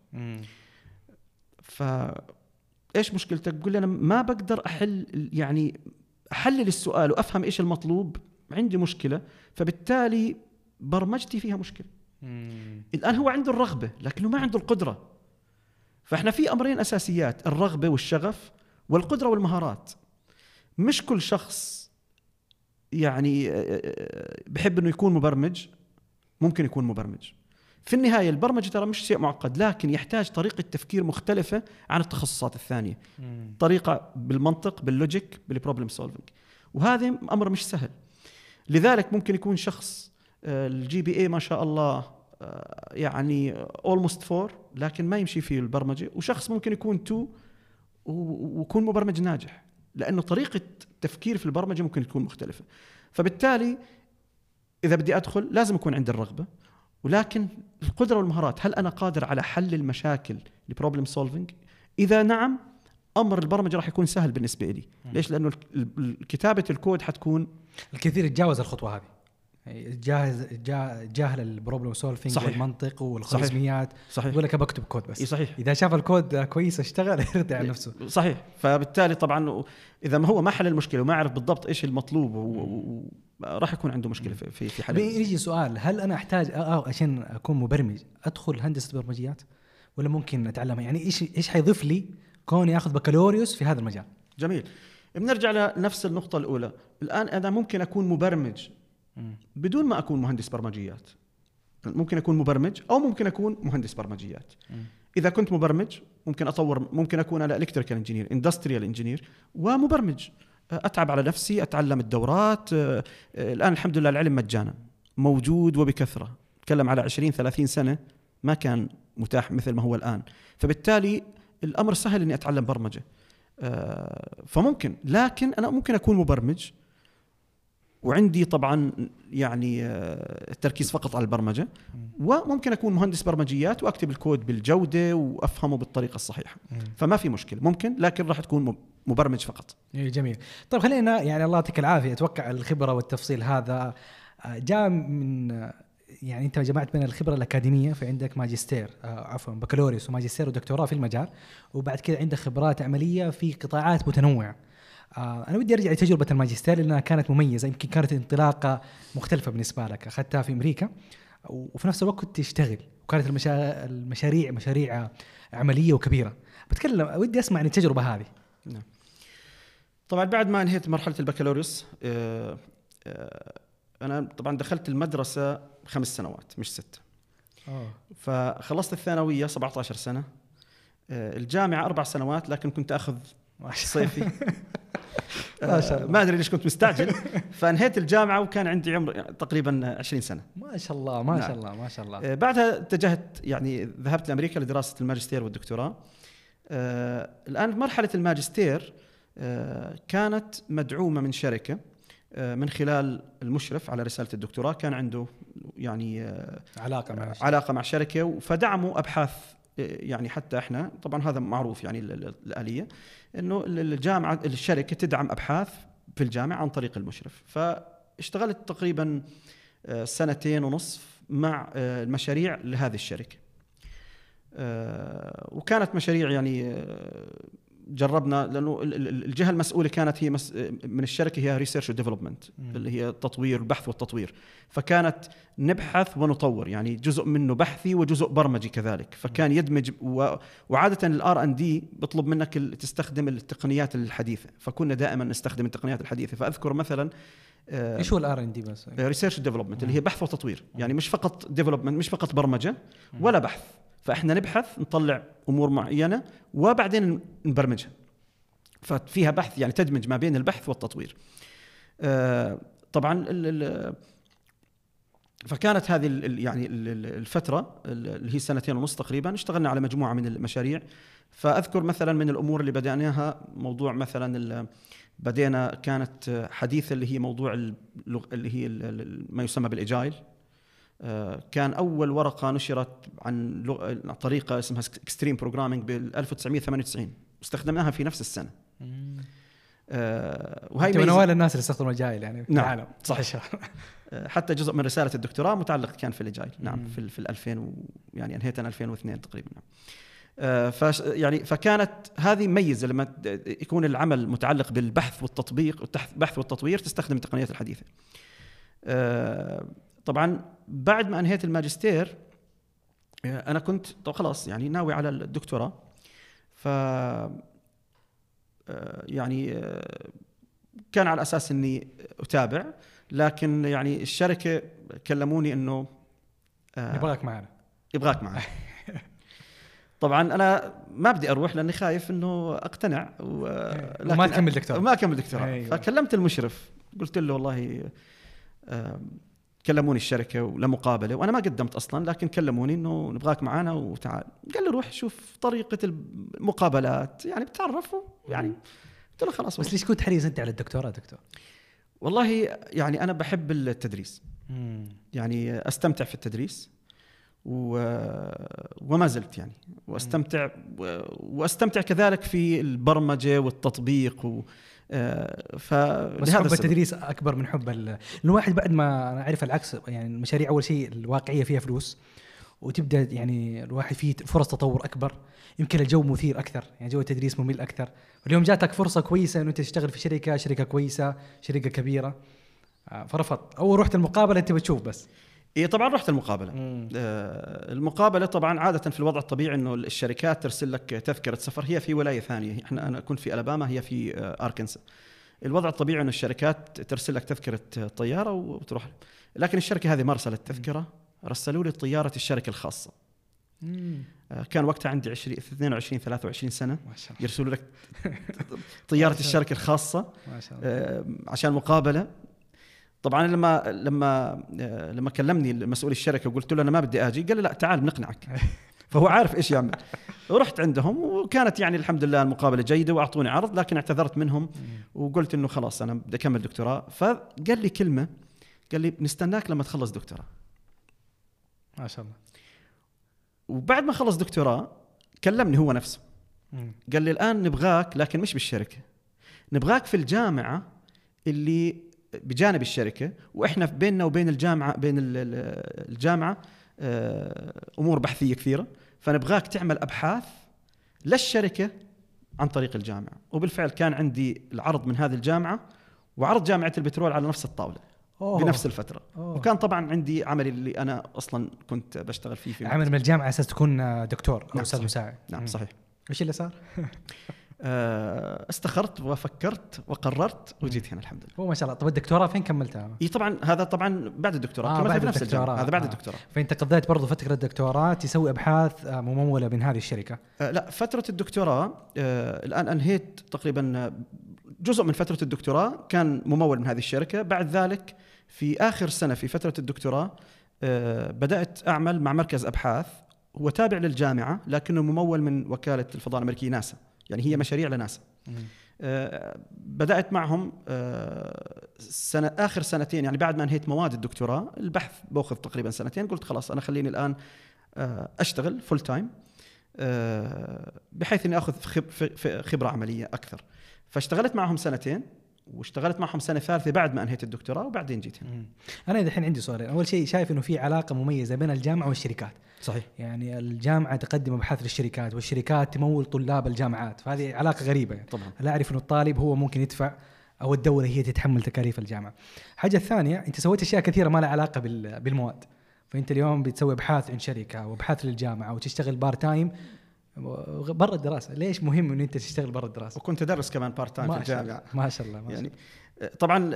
فإيش مشكلتك؟ بقول لي أنا ما بقدر أحلل السؤال وأفهم إيش المطلوب، عندي مشكلة، فبالتالي برمجتي فيها مشكلة. الآن هو عنده الرغبة لكنه ما عنده القدرة. فإحنا في أمرين أساسيات، الرغبة والشغف والقدرة والمهارات. مش كل شخص يعني بحب أنه يكون مبرمج ممكن يكون مبرمج. في النهاية البرمجة ترى مش شيء معقد، لكن يحتاج طريقة تفكير مختلفة عن التخصصات الثانية، طريقة بالمنطق، باللوجيك، بالبروبلم سولفينج، وهذا أمر مش سهل. لذلك ممكن يكون شخص الجي بي اي ما شاء الله يعني almost 4 لكن ما يمشي فيه البرمجة، وشخص ممكن يكون 2 ويكون مبرمج ناجح، لأنه طريقة التفكير في البرمجة ممكن تكون مختلفة. فبالتالي إذا بدي أدخل لازم يكون عندي الرغبة، ولكن القدرة والمهارات. هل أنا قادر على حل المشاكل البروبلم سولفينج؟ إذا نعم امر البرمجه راح يكون سهل بالنسبه لي. ليش؟ لانه كتابه الكود حتكون الكثير يتجاوز الخطوه هذه، جاهل البروبلم سولفينج والمنطق والخوارزميات، صحيح. يقول لك بكتب كود بس. صحيح. اذا شاف الكود كويس اشتغل يرضي عن نفسه. صحيح. فبالتالي طبعا اذا ما هو ما حل المشكله وما يعرف بالضبط ايش المطلوب راح يكون عنده مشكله في حل. يجي سؤال، هل انا احتاج عشان اكون مبرمج ادخل هندسه برمجيات ولا ممكن اتعلمها؟ يعني ايش حيضيف لي كوني اخذ بكالوريوس في هذا المجال؟ جميل. بنرجع لنفس النقطه الاولى. الان انا ممكن اكون مبرمج بدون ما أكون مهندس برمجيات. ممكن أكون مبرمج أو ممكن أكون مهندس برمجيات. إذا كنت مبرمج ممكن أكون أنا إلكتريكال إنجينير، إندستريال إنجينير، ومبرمج. أتعب على نفسي، أتعلم الدورات. الآن الحمد لله العلم مجانا موجود وبكثرة. أتكلم على 20-30 سنة ما كان متاح مثل ما هو الآن. فبالتالي الأمر سهل إني أتعلم برمجة. فممكن، لكن أنا ممكن أكون مبرمج وعندي طبعا يعني التركيز فقط على البرمجة، وممكن أكون مهندس برمجيات وأكتب الكود بالجودة وأفهمه بالطريقة الصحيحة. فما في مشكلة، ممكن، لكن راح تكون مبرمج فقط. جميل. طيب خلينا يعني الله يعطيك العافية، أتوقع الخبرة والتفصيل هذا جاء من يعني أنت جمعت بين الخبرة الأكاديمية، في عندك ماجستير عفوا بكالوريوس وماجستير ودكتوراه في المجال، وبعد كده عندك خبرات عملية في قطاعات متنوعة. أنا ودي أرجع لتجربة الماجستير لأنها كانت مميزة، يمكن كانت انطلاقة مختلفة بالنسبة لك، أخذتها في أمريكا وفي نفس الوقت كنت تشتغل، وكانت المشاريع مشاريع عملية وكبيرة. ودي أسمع عن التجربة هذه. نعم. طبعا بعد ما انهيت مرحلة البكالوريوس أنا طبعا دخلت المدرسة 5 سنوات مش 6. فخلصت الثانوية 17 سنة، الجامعة 4 سنوات، لكن كنت أخذ صيفي. ما شاء الله. ما أدري ليش كنت مستعجل. فانهيت الجامعة وكان عندي عمر تقريبا 20 سنة. ما شاء الله ما شاء الله ما شاء الله. بعدها اتجهت يعني ذهبت لأمريكا لدراسة الماجستير والدكتوراه. الآن مرحلة الماجستير كانت مدعومة من شركة من خلال المشرف على رسالة الدكتوراه، كان عنده يعني علاقة مع شركة، فدعموا أبحاث يعني حتى احنا طبعا هذا معروف يعني الآلية انه الجامعة الشركة تدعم ابحاث في الجامعة عن طريق المشرف. فاشتغلت تقريبا 2.5 سنين مع المشاريع لهذه الشركة، وكانت مشاريع يعني جربنا، لأنه الجهة المسؤولة كانت هي من الشركة هي ريسيرش وديفلوبمنت، اللي هي التطوير، البحث والتطوير. فكانت نبحث ونطور، يعني جزء منه بحثي وجزء برمجي كذلك. فكان يدمج وعادة الR&D بطلب منك تستخدم التقنيات الحديثة، فكنا دائما نستخدم التقنيات الحديثة. فأذكر مثلا ايش هو الR&D بس؟ ريسيرش وديفلوبمنت اللي هي بحث وتطوير، يعني مش فقط ديفلوبمنت، مش فقط برمجة ولا بحث. فإحنا نبحث نطلع أمور معينة وبعدين نبرمجها، ففيها بحث يعني تدمج ما بين البحث والتطوير. طبعا فكانت هذه يعني الفترة اللي هي 2.5 سنين تقريبا اشتغلنا على مجموعة من المشاريع. فأذكر مثلا من الأمور اللي بدأناها موضوع مثلا بدينا كانت حديثة اللي هي موضوع اللي هي ما يسمى بالإجايل. كان أول ورقة نشرت عن طريقة اسمها Extreme Programming بال1998، استخدمناها في نفس السنة. وهي من أوائل الناس اللي استخدموا الإجايل يعني في العالم. صحيح. حتى جزء من رسالة الدكتوراه متعلق كان في الإجايل. نعم. في 2000 يعني انهيتها 2002 تقريبا. يعني فكانت هذه ميزة لما يكون العمل متعلق بالبحث والتطبيق والبحث والتطوير تستخدم التقنيات الحديثة. طبعا بعد ما انهيت الماجستير انا كنت خلاص يعني ناوي على الدكتوراه. ف يعني كان على اساس اني اتابع، لكن يعني الشركه كلموني انه يبغاك معنا. طبعا انا ما بدي اروح لاني خايف انه اقتنع وما اكمل دكتوراه. فكلمت المشرف قلت له والله كلموني الشركة لمقابلة وأنا ما قدمت أصلاً، لكن كلموني إنه نبغاك معنا وتعال. قال لي روح شوف طريقة المقابلات يعني بتعرف يعني. قلت له خلاص. بس ليش كنت حريص أنت على الدكتوراه دكتور؟ والله يعني أنا بحب التدريس، يعني أستمتع في التدريس، وما زلت يعني واستمتع كذلك في البرمجة والتطبيق بس حب التدريس أكبر من حب الواحد بعد ما أنا أعرف العكس. يعني المشاريع أول شيء الواقعية فيها فلوس، وتبدأ يعني الواحد فيه فرص تطور أكبر، يمكن الجو مثير أكثر، يعني جو التدريس ممل أكثر. واليوم جاتك فرصة كويسة إنه أنت تشتغل في شركة كويسة، شركة كبيرة، فرفضت أو رحت المقابلة أنت بتشوف بس. إيه طبعا رحت المقابلة. المقابلة طبعا عادة في الوضع الطبيعي إنه الشركات ترسل لك تذكرة سفر، هي في ولاية ثانية، أنا كنت في ألاباما، هي في أركنسا. الوضع الطبيعي إنه الشركات ترسل لك تذكرة طيارة وتروح، لكن الشركة هذه ما رسلت تذكرة، رسلوا لي طيارة الشركة الخاصة. كان وقتها عندي 22-23 سنة، يرسلوا لك طيارة الشركة الخاصة عشان مقابلة. طبعا لما كلمني المسؤول الشركة وقلت له أنا ما بدي أجي، قال لي لا تعال بنقنعك. فهو عارف إيش يعمل. ورحت عندهم وكانت يعني الحمد لله المقابلة جيدة وأعطوني عرض، لكن اعتذرت منهم وقلت إنه خلاص أنا بدي أكمل دكتوراه. فقال لي كلمة، قال لي نستناك لما تخلص دكتوراه. ما شاء الله. وبعد ما خلص دكتوراه كلمني هو نفسه، قال لي الآن نبغاك لكن مش بالشركة، نبغاك في الجامعة اللي بجانب الشركة، وإحنا بيننا وبين الجامعة أمور بحثية كثيرة، فنبغاك تعمل أبحاث للشركة عن طريق الجامعة. وبالفعل كان عندي العرض من هذه الجامعة وعرض جامعة البترول على نفس الطاولة بنفس الفترة. وكان طبعا عندي عملي اللي أنا أصلا كنت بشتغل فيه عمل من الجامعة أساس تكون دكتور أو أستاذ مساعد. نعم صحيح. وش اللي صار؟ استخرت وفكرت وقررت وجيت هنا الحمد لله. هو ما شاء الله. طب الدكتوراه فين كملتها؟ طبعا هذا طبعا بعد الدكتوراه كملت بعد بنفس الجامعة. هذا بعد الدكتوراه. فانت قضيت برضو فترة الدكتوراه تسوي ابحاث ممولة من هذه الشركة؟ لا، فترة الدكتوراه الآن أنهيت تقريبا جزء من فترة الدكتوراه كان ممول من هذه الشركة. بعد ذلك في آخر سنة في فترة الدكتوراه بدأت أعمل مع مركز أبحاث هو تابع للجامعة لكنه ممول من وكالة الفضاء الأمريكية ناسا، يعني هي مشاريع لناسا. بدأت معهم آخر سنتين، يعني بعد ما انهيت مواد الدكتوراه البحث بأخذ تقريبا سنتين، قلت خلاص أنا خليني الآن أشتغل فول تايم بحيث أني أخذ خبرة عملية أكثر. فاشتغلت معهم سنتين واشتغلت معهم سنة ثالثة بعد ما أنهيت الدكتوراه وبعدين جيت هنا. أنا الحين عندي سؤالين. أول شيء شايف إنه في علاقة مميزة بين الجامعة والشركات. صحيح. يعني الجامعة تقدم أبحاث للشركات والشركات تمول طلاب الجامعات، فهذه علاقة غريبة يعني. طبعا. لا أعرف إنه الطالب هو ممكن يدفع أو الدولة هي تتحمل تكاليف الجامعة. حاجة الثانية، أنت سويت أشياء كثيرة ما لها علاقة بالمواد، فأنت اليوم بتسوي أبحاث عن شركة وأبحاث للجامعة وتشتغل بار تايم برا الدراسة. ليش مهم إن أنت تشتغل برا الدراسة؟ وكنت أدرس كمان بار تايم في الجامعة. ما شاء الله. يعني طبعا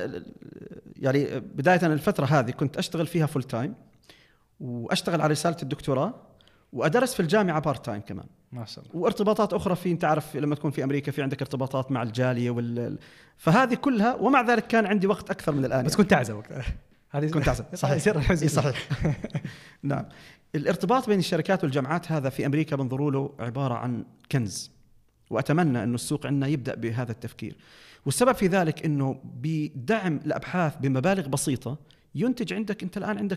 يعني بداية الفترة هذه كنت أشتغل فيها فول تايم وأشتغل على رسالة الدكتوراه وأدرس في الجامعة بار تايم كمان. ما شاء الله. وارتباطات أخرى في، أنت عارف لما تكون في أمريكا في عندك ارتباطات مع الجالية فهذه كلها، ومع ذلك كان عندي وقت أكثر من الآن. بس كنت تعزب وقتها. كنت تعزب. صحيح. صحيح. نعم. الارتباط بين الشركات والجامعات هذا في أمريكا بنظروا له عبارة عن كنز، وأتمنى أنه السوق عندنا يبدأ بهذا التفكير. والسبب في ذلك أنه بدعم الأبحاث بمبالغ بسيطة ينتج عندك أنت الآن عندك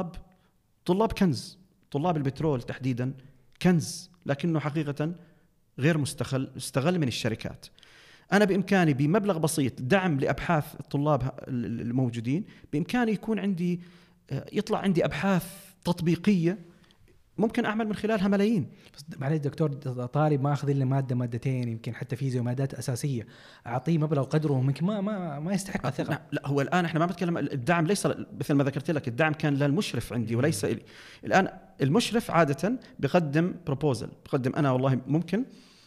طلاب كنز، طلاب البترول تحديدا كنز، لكنه حقيقة غير مستغل من الشركات. أنا بإمكاني بمبلغ بسيط دعم لأبحاث الطلاب الموجودين، بإمكاني يطلع عندي أبحاث تطبيقية ممكن أعمل من خلالها ملايين. بس معلش دكتور، طالب ما أخذ إلا مادتين يمكن حتى فيزياء ومادات أساسية، أعطيه مبلغ قدره ممكن ما يستحق الثقة. لا هو الآن إحنا ما بتكلم، الدعم ليس مثل ما ذكرت لك، الدعم كان للمشرف عندي وليس إلي. الآن المشرف عادة بقدم بروبوزل، بقدم أنا والله ممكن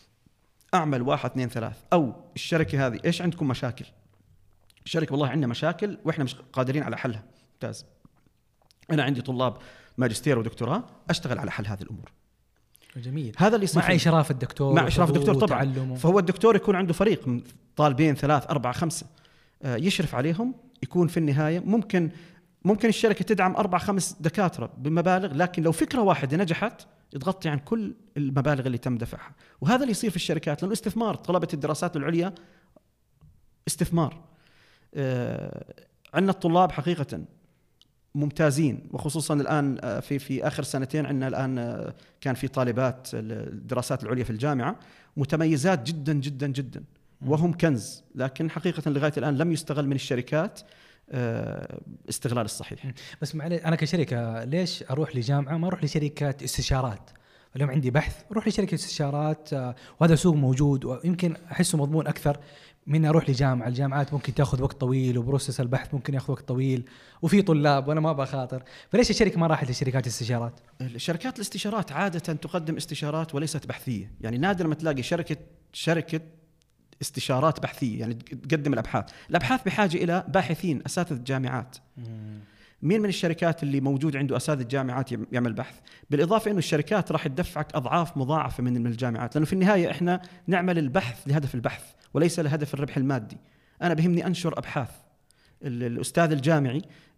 أعمل 1 2 3، أو الشركة هذه إيش عندكم مشاكل؟ الشركة والله عندنا مشاكل وإحنا مش قادرين على حلها. ممتاز. أنا عندي طلاب ماجستير ودكتوراه أشتغل على حل هذه الأمور. جميل. هذا اللي مع إشراف الدكتور. مع إشراف الدكتور طبعا. فهو الدكتور يكون عنده فريق من طالبين 3 4 5 يشرف عليهم. يكون في النهاية ممكن الشركة تدعم 4 5 دكاترة بمبالغ، لكن لو فكرة واحدة نجحت تغطي عن كل المبالغ اللي تم دفعها. وهذا اللي يصير في الشركات، لأنه استثمار. طلبة الدراسات العليا استثمار. عندنا الطلاب حقيقة ممتازين، وخصوصا الآن في آخر سنتين عندنا الآن كان في طالبات الدراسات العليا في الجامعة متميزات جدا جدا جدا، وهم كنز، لكن حقيقة لغاية الآن لم يستغل من الشركات استغلال الصحيح. بس معلي أنا كشركة ليش أروح لجامعة ما أروح لشركة استشارات؟ اليوم عندي بحث أروح لشركة استشارات، وهذا سوق موجود ويمكن أحسه مضمون أكثر من أروح لجامعة. الجامعات ممكن تأخذ وقت طويل، وبروسس البحث ممكن يأخذ وقت طويل، وفي طلاب وأنا ما بخاطر. فليش الشركة ما راحت لشركات الاستشارات؟ الشركات الاستشارات عادة تقدم استشارات وليست بحثية، يعني نادر ما تلاقي شركة استشارات بحثية يعني تقدم الأبحاث بحاجة إلى باحثين أساتذة جامعات. مين من الشركات اللي موجود عنده أساتذة جامعات يعمل بحث؟ بالإضافة إنه الشركات راح تدفعك أضعاف مضاعفة من الجامعات، لأنه في النهاية إحنا نعمل البحث لهدف البحث وليس لهدف الربح المادي. أنا بهمني أنشر أبحاث. الأستاذ الجامعي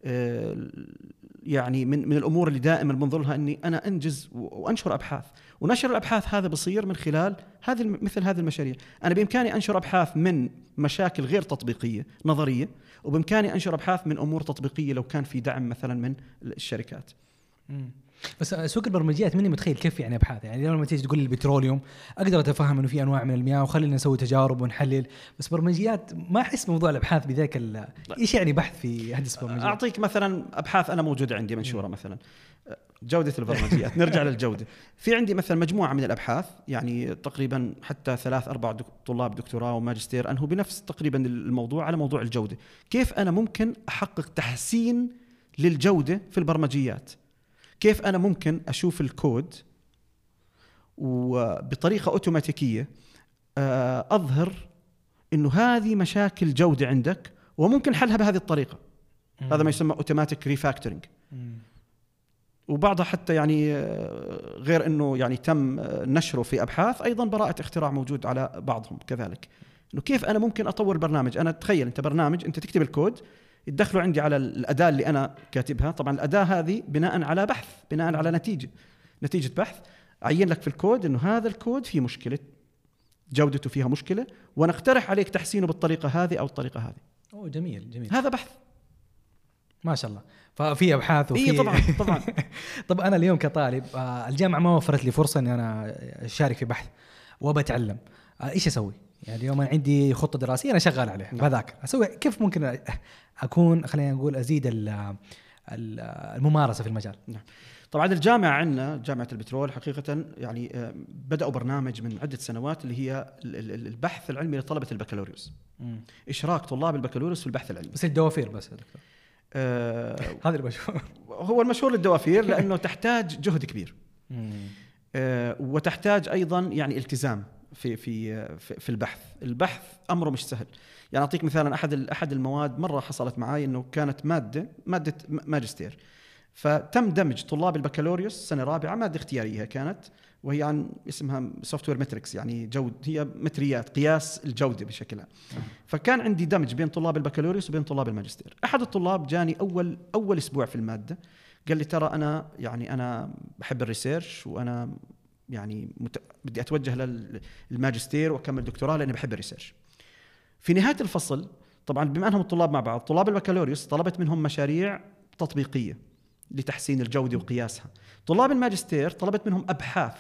يعني من الأمور اللي دائما بنظر لها أني أنا أنجز وأنشر أبحاث، ونشر الأبحاث هذا بصير من خلال مثل هذه المشاريع. أنا بإمكاني أنشر أبحاث من مشاكل غير تطبيقية نظرية، وبإمكاني أنشر أبحاث من أمور تطبيقية لو كان في دعم مثلا من الشركات. بس سوق البرمجيات مني متخيل كيف يعني أبحاث. يعني لما تيجي تقول لي البتروليوم أقدر أتفهم إنه في أنواع من المياه وخلينا نسوي تجارب ونحلل، بس برمجيات ما أحس موضوع الأبحاث بذاك إيش يعني بحث في هندسة البرمجيات. أعطيك مثلا أبحاث أنا موجودة عندي منشورة، مثلا جودة البرمجيات. نرجع للجودة. في عندي مثلا مجموعة من الأبحاث، يعني تقريبا حتى 3-4 طلاب دكتوراه وماجستير أنهوا بنفس تقريبا الموضوع، على موضوع الجودة. كيف أنا ممكن أحقق تحسين للجودة في البرمجيات؟ كيف أنا ممكن أشوف الكود وبطريقة أوتوماتيكية أظهر إنه هذه مشاكل جودة عندك وممكن حلها بهذه الطريقة. هذا ما يسمى أوتوماتيك ريفاكتورينج. وبعضها حتى يعني غير إنه يعني تم نشره في أبحاث، أيضا براءة اختراع موجود على بعضهم كذلك. إنه كيف أنا ممكن أطور برنامج. أنا تخيل أنت برنامج، أنت تكتب الكود يدخلوا عندي على الأداة اللي أنا كاتبها. طبعا الأداة هذه بناء على بحث، بناء على نتيجة بحث، عين لك في الكود إنه هذا الكود فيه مشكلة، جودته فيها مشكلة، ونقترح عليك تحسينه بالطريقة هذه أو الطريقة هذه. أوه جميل. هذا بحث ما شاء الله. ففي أبحاث وفي طبعا. طب أنا اليوم كطالب الجامعة ما وفرت لي فرصة إن أنا أشارك في بحث وبتعلم، إيش أسوي؟ يعني اليوم أنا عندي خطة دراسية أنا شغال عليها، بذاكر أسوي كيف ممكن أكون خلينا نقول أزيد الممارسة في المجال؟ طبعا الجامعة عندنا جامعة البترول حقيقة يعني بدأوا برنامج من عدة سنوات اللي هي البحث العلمي لطلبة البكالوريوس. إشراك طلاب البكالوريوس في البحث العلمي. بس الدوافير بس دكتور. هذا المشهور. هو المشهور للدوافير لأنه تحتاج جهد كبير، وتحتاج أيضا يعني التزام في البحث أمره مش سهل. يعني أعطيك مثلا أحد المواد مرة حصلت معي إنه كانت مادة ماجستير، فتم دمج طلاب البكالوريوس سنة رابعة، مادة اختيارية كانت، وهي عن اسمها سوفتوير متريكس، يعني هي متريات قياس الجودة بشكل عام. فكان عندي دمج بين طلاب البكالوريوس وبين طلاب الماجستير. أحد الطلاب جاني أول أسبوع في المادة قال لي ترى أنا بحب الريسيرش، وأنا يعني بدي أتوجه للماجستير وأكمل دكتوراه لأني بحب الريسيرش. في نهاية الفصل طبعا بما أنهم الطلاب مع بعض، طلاب البكالوريوس طلبت منهم مشاريع تطبيقية لتحسين الجودة وقياسها. طلاب الماجستير طلبت منهم أبحاث.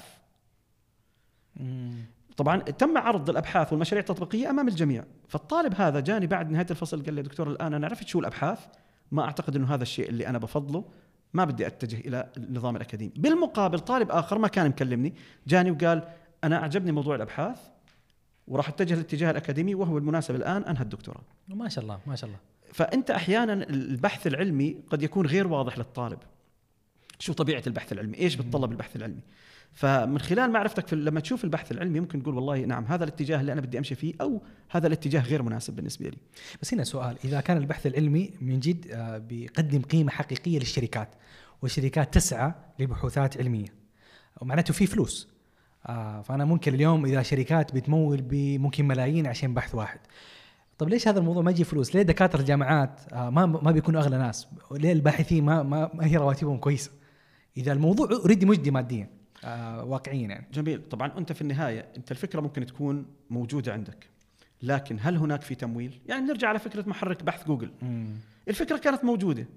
طبعا تم عرض الأبحاث والمشاريع التطبيقية أمام الجميع. فالطالب هذا جاني بعد نهاية الفصل قال لي دكتور الآن أنا عرفت شو الأبحاث، ما أعتقد أنه هذا الشيء اللي أنا بفضله، ما بدي أتجه إلى النظام الأكاديمي. بالمقابل طالب آخر ما كان مكلمني جاني وقال أنا أعجبني موضوع الأبحاث وراح أتجه للاتجاه الأكاديمي، وهو بالمناسبة الآن أنهى الدكتوراه. ما شاء الله ما شاء الله. فأنت أحيانا البحث العلمي قد يكون غير واضح للطالب. شو طبيعة البحث العلمي؟ إيش بتطلب البحث العلمي؟ فمن خلال معرفتك لما تشوف البحث العلمي ممكن تقول والله نعم هذا الاتجاه اللي أنا بدي أمشي فيه، أو هذا الاتجاه غير مناسب بالنسبة لي. بس هنا سؤال، إذا كان البحث العلمي من جد بيقدم قيمة حقيقية للشركات، والشركات تسعى لبحوثات علمية ومعناته في فلوس، فأنا ممكن اليوم إذا شركات بتمول بممكن ملايين عشان بحث واحد، طب ليش هذا الموضوع ما يجي فلوس؟ ليه دكاترة الجامعات ما بيكونوا أغلى ناس؟ ليه الباحثين ما هي رواتبهم كويسة؟ إذا الموضوع أريد مجدي ماديا واقعيا يعني. جميل. طبعا أنت في النهاية أنت الفكرة ممكن تكون موجودة عندك، لكن هل هناك في تمويل؟ يعني نرجع على فكرة محرك بحث جوجل. الفكرة كانت موجودة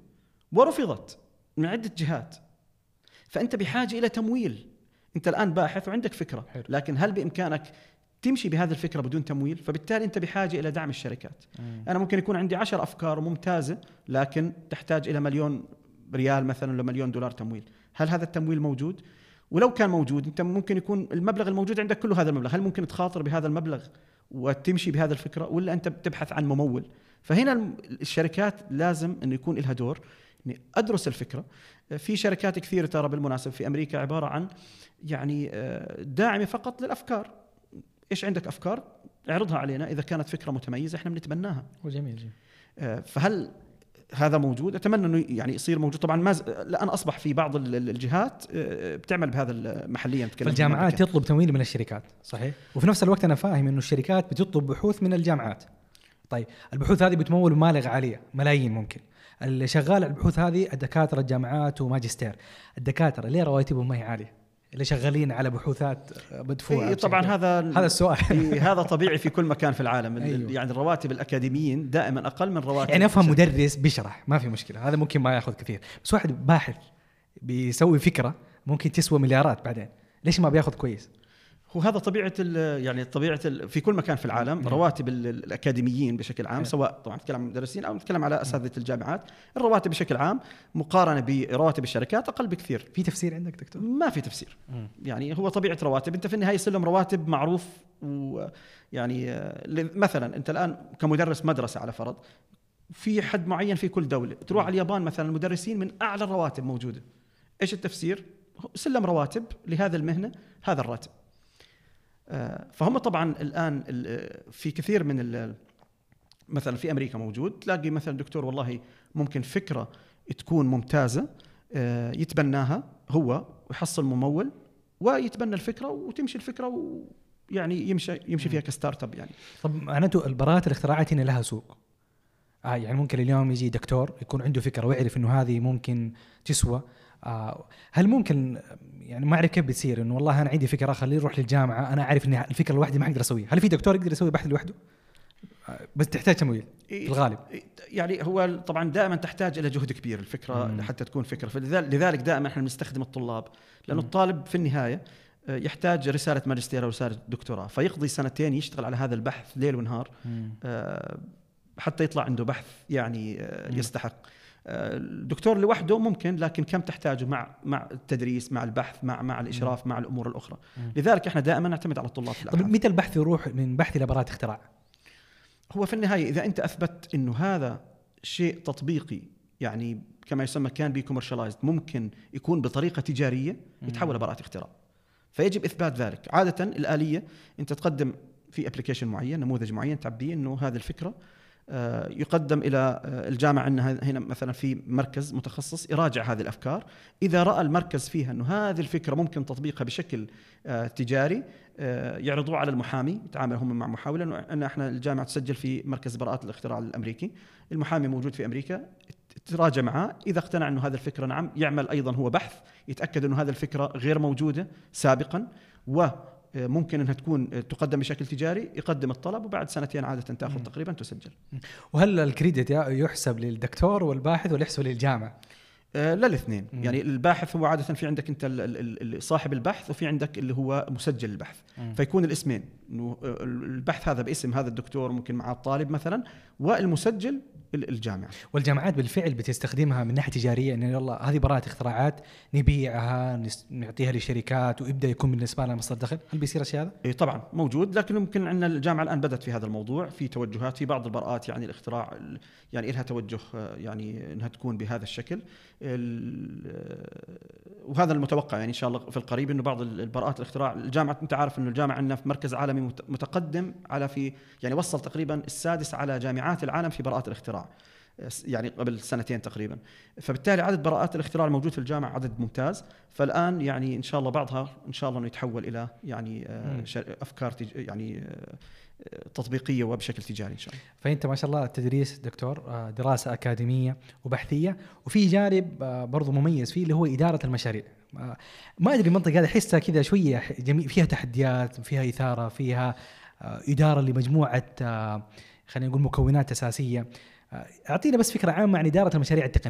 ورفضت من عدة جهات، فأنت بحاجة إلى تمويل. أنت الآن باحث وعندك فكرة، لكن هل بإمكانك تمشي بهذه الفكرة بدون تمويل؟ فبالتالي أنت بحاجة إلى دعم الشركات. أنا ممكن يكون عندي 10 أفكار ممتازة، لكن تحتاج إلى $1,000,000 مثلا ولا $1,000,000 تمويل. هل هذا التمويل موجود؟ ولو كان موجود، أنت ممكن يكون المبلغ الموجود عندك كله هذا المبلغ، هل ممكن تخاطر بهذا المبلغ وتمشي بهذا الفكرة، ولا أنت بتبحث عن ممول؟ فهنا الشركات لازم أن يكون لها دور، إني أدرس الفكرة. في شركات كثيرة ترى بالمناسبة في أمريكا عبارة عن يعني داعمة فقط للأفكار. إيش عندك أفكار؟ اعرضها علينا، إذا كانت فكرة متميزة إحنا بنتبناها. جميل. فهل هذا موجود؟ أتمنى أنه يعني يصير موجود. طبعا الآن أصبح في بعض الجهات بتعمل بهذا محليا. فالجامعات تطلب تمويل من الشركات، صحيح؟ وفي نفس الوقت أنا فاهم أنه الشركات بتطلب بحوث من الجامعات. طيب البحوث هذه بتمول بمبالغ عالية، ملايين ممكن. اللي شغال البحوث هذه الدكاترة الجامعات وماجستير، الدكاترة ليه رواتبهم ما هي عالية؟ اللي شغالين على بحوثات مدفوعة. طبعا هذا السؤال. هذا طبيعي في كل مكان في العالم. أيوه. يعني الرواتب الأكاديميين دائما أقل من رواتب، يعني أفهم مدرس بيشرح ما في مشكلة، هذا ممكن ما يأخذ كثير، بس واحد باحث بيسوي فكرة ممكن تسوى مليارات بعدين، ليش ما بياخذ كويس؟ وهذا طبيعة يعني في كل مكان في العالم. رواتب الأكاديميين بشكل عام، سواء طبعا نتكلم عن مدرسين أو نتكلم على أساتذة الجامعات، الرواتب بشكل عام مقارنة برواتب الشركات أقل بكثير. في تفسير عندك دكتور؟ ما في تفسير. يعني هو طبيعة رواتب. أنت في النهاية سلم رواتب معروف. ويعني مثلا أنت الآن كمدرس مدرسة على فرض في حد معين في كل دولة، تروح على اليابان مثلا المدرسين من أعلى الرواتب موجودة. إيش التفسير؟ سلم رواتب لهذا المهنة هذا الراتب. فهم طبعا الآن في كثير من مثلا في أمريكا موجود، تلاقي مثلا دكتور والله ممكن فكرة تكون ممتازة يتبناها هو ويحصل ممول ويتبنى الفكرة وتمشي الفكرة ويعني يمشي فيها كستارت اب. يعني طب معناته البراءة الاختراعات هنا لها سوق. يعني ممكن اليوم يجي دكتور يكون عنده فكرة ويعرف إنه هذه ممكن تسوى. هل ممكن يعني ما أعرف كيف بتصير إنه والله أنا عندي فكرة خليه يروح للجامعة، أنا عارف إن الفكرة لوحدي ما أقدر أسويها، هل في دكتور يقدر يسوي بحث لوحده بس تحتاج تمويل في الغالب؟ يعني هو طبعا دائما تحتاج إلى جهد كبير الفكرة حتى تكون فكرة. فلذلك دائما احنا بنستخدم الطلاب، لأنه الطالب في النهاية يحتاج رسالة ماجستير أو رسالة دكتوراه، فيقضي 2 يشتغل على هذا البحث ليل ونهار حتى يطلع عنده بحث يعني يستحق. الدكتور لوحده ممكن، لكن كم تحتاجه مع التدريس، مع البحث، مع الإشراف، مع الأمور الأخرى. لذلك احنا دائما نعتمد على الطلاب في الأبحاث. طب متى البحث يروح من بحث إلى براءة اختراع؟ هو في النهاية إذا أنت أثبت إنه هذا شيء تطبيقي، يعني كما يسمى كان بي كوميرشالايزد، ممكن يكون بطريقة تجارية، يتحول لبراءة اختراع. فيجب إثبات ذلك. عادة الآلية أنت تقدم في أبليكيشن معين، نموذج معين تعبيه إنه هذه الفكرة يقدم إلى الجامعة أنها هنا مثلا في مركز متخصص يراجع هذه الأفكار. إذا رأى المركز فيها أنه هذه الفكرة ممكن تطبيقها بشكل تجاري، يعرضوه على المحامي، يتعامل هم مع محاولة أن احنا الجامعة تسجل في مركز براءة الاختراع الأمريكي، المحامي موجود في أمريكا، تراجع معه، إذا اقتنع أنه هذه الفكرة نعم، يعمل أيضا هو بحث يتأكد أنه هذه الفكرة غير موجودة سابقا وممكن أنها تكون تقدم بشكل تجاري، يقدم الطلب وبعد 2 عادة تأخذ تقريبا تسجل. وهل الكريدت يحسب للدكتور والباحث ولا يحسب للجامعة؟ لا الاثنين. يعني الباحث هو عادة في عندك أنت صاحب البحث وفي عندك اللي هو مسجل البحث، فيكون الاسمين، إنه البحث هذا باسم هذا الدكتور ممكن مع الطالب مثلا، والمسجل الجامعة. والجامعات بالفعل بتستخدمها من ناحية تجارية، إنه يلا هذه براءة اختراعات نبيعها نعطيها للشركات ويبدأ يكون بالنسبة لنا مصدر دخل. هل بيصير الشيء هذا؟ إيه طبعا موجود، لكن ممكن عندنا الجامعة الآن بدأت في هذا الموضوع، في توجهات في بعض البراءات، يعني الاختراع يعني لها توجه يعني إنها تكون بهذا الشكل، وهذا المتوقع يعني إن شاء الله في القريب إنه بعض البراءات الاختراع الجامعة، أنت عارف إنه الجامعة عندنا في مركز عالمي متقدم على يعني وصل تقريبا السادس على جامعات العالم في براءات الاختراع، يعني قبل 2 تقريبا. فبالتالي عدد براءات الاختراع الموجود في الجامعة عدد ممتاز. فالآن يعني إن شاء الله بعضها إن شاء الله إنه يتحول إلى يعني أفكار يعني تطبيقية وبشكل تجاري إن شاء الله. فأنت ما شاء الله التدريس دكتور دراسة أكاديمية وبحثية، وفي جانب برضو مميز فيه اللي هو إدارة المشاريع. ما أدري المنطقة هذه أحسها كذا شوية فيها تحديات، فيها إثارة، فيها إدارة لمجموعة خلينا نقول مكونات أساسية. أعطينا بس فكرة عامة عن إدارة المشاريع التقنية.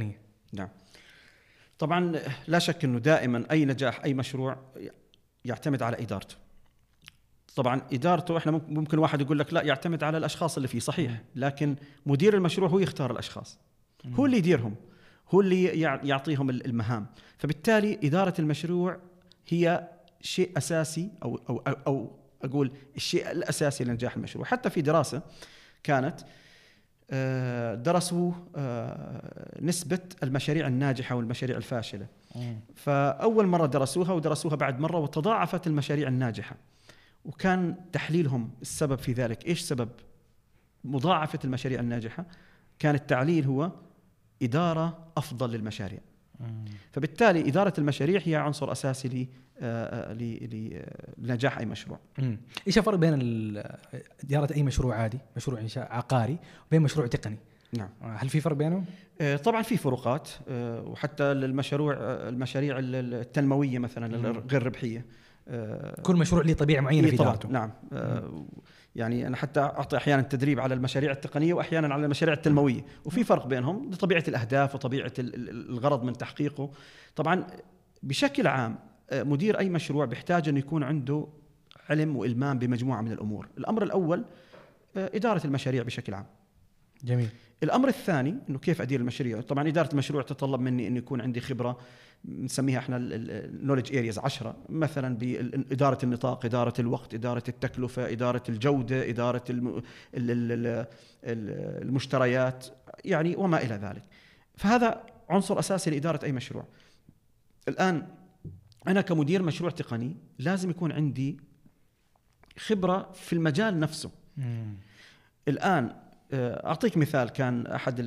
نعم. طبعا لا شك أنه دائما أي نجاح أي مشروع يعتمد على إدارته. طبعا إدارته إحنا ممكن واحد يقول لك لا يعتمد على الأشخاص اللي فيه، صحيح، لكن مدير المشروع هو يختار الأشخاص، هو اللي يديرهم، هو اللي يعطيهم المهام. فبالتالي إدارة المشروع هي شيء أساسي أو أقول الشيء الأساسي لنجاح المشروع. حتى في دراسة كانت درسوا نسبة المشاريع الناجحة والمشاريع الفاشلة. فأول مرة درسوها بعد مرة، وتضاعفت المشاريع الناجحة. وكان تحليلهم السبب في ذلك، إيش سبب مضاعفة المشاريع الناجحة؟ كان التعليل هو إدارة أفضل للمشاريع. فبالتالي إدارة المشاريع هي عنصر أساسي لنجاح أي مشروع. إيش الفرق بين إدارة أي مشروع عادي، مشروع إنشاء عقاري، وبين مشروع تقني؟ نعم. هل في فرق بينهم؟ طبعا في فروقات، وحتى المشاريع التنموية مثلا غير ربحية، كل مشروع له طبيعة معينة في إدارته. نعم. يعني أنا حتى أعطي أحيانا تدريب على المشاريع التقنية وأحيانا على المشاريع التنموية، وفي فرق بينهم لطبيعة الأهداف وطبيعة الغرض من تحقيقه. طبعا بشكل عام مدير أي مشروع بيحتاج أن يكون عنده علم وإلمام بمجموعة من الأمور. الأمر الأول إدارة المشاريع بشكل عام. جميل. الأمر الثاني إنه كيف أدير المشاريع. طبعا إدارة المشروع تتطلب مني إن يكون عندي خبرة، نسميها إحنا النولج أرياز 10، مثلا بإدارة النطاق، إدارة الوقت، إدارة التكلفة، إدارة الجودة، إدارة المشتريات، يعني وما إلى ذلك. فهذا عنصر أساسي لإدارة أي مشروع. الآن أنا كمدير مشروع تقني لازم يكون عندي خبرة في المجال نفسه. الآن أعطيك مثال. كان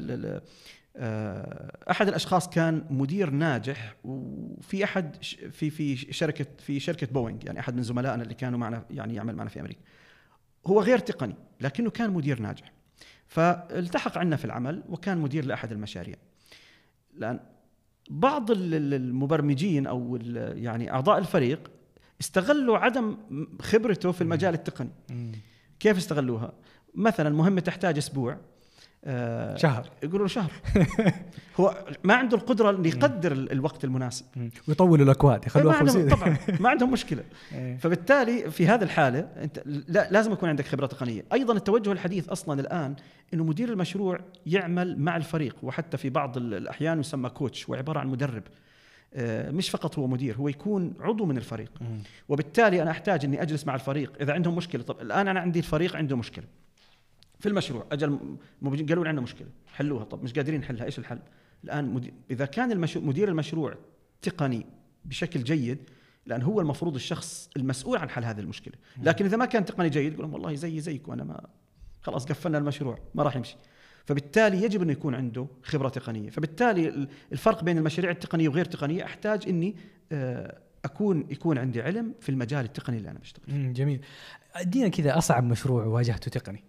أحد الأشخاص كان مدير ناجح، وفي في شركة بوينغ، يعني أحد من زملائنا اللي كانوا معنا، يعني يعمل معنا في أمريكا. هو غير تقني لكنه كان مدير ناجح، فالتحق عنا في العمل وكان مدير لأحد المشاريع. لأن بعض المبرمجين أو يعني أعضاء الفريق استغلوا عدم خبرته في المجال التقني. كيف استغلوها؟ مثلا مهمة تحتاج أسبوع، شهر، يقولوا شهر. هو ما عنده القدرة أن يقدر الوقت المناسب، ويطولوا الأكواد يخلوها 50. طبعا ما عندهم مشكلة. فبالتالي في هذه الحالة أنت لازم يكون عندك خبرة تقنية. أيضا التوجه الحديث أصلا الآن إنه مدير المشروع يعمل مع الفريق، وحتى في بعض الأحيان يسمى كوتش، وعبارة عن مدرب، مش فقط هو مدير، هو يكون عضو من الفريق. وبالتالي أنا أحتاج أني أجلس مع الفريق إذا عندهم مشكلة. طب الآن أنا عندي الفريق عنده مشكلة في المشروع، أجل قالوا لي عندنا مشكلة، حلوها. طب مش قادرين نحلها، إيش الحل؟ الآن إذا كان مدير المشروع تقني بشكل جيد، لأن هو المفروض الشخص المسؤول عن حل هذه المشكلة. لكن إذا ما كان تقني جيد، يقولون والله زيك وأنا ما خلاص قفلنا المشروع، ما راح يمشي. فبالتالي يجب أن يكون عنده خبرة تقنية. فبالتالي الفرق بين المشاريع التقنية وغير تقنية، أحتاج إني يكون عندي علم في المجال التقني اللي أنا بشتغل فيه. جميل. أدينا كذا أصعب مشروع واجهته تقني.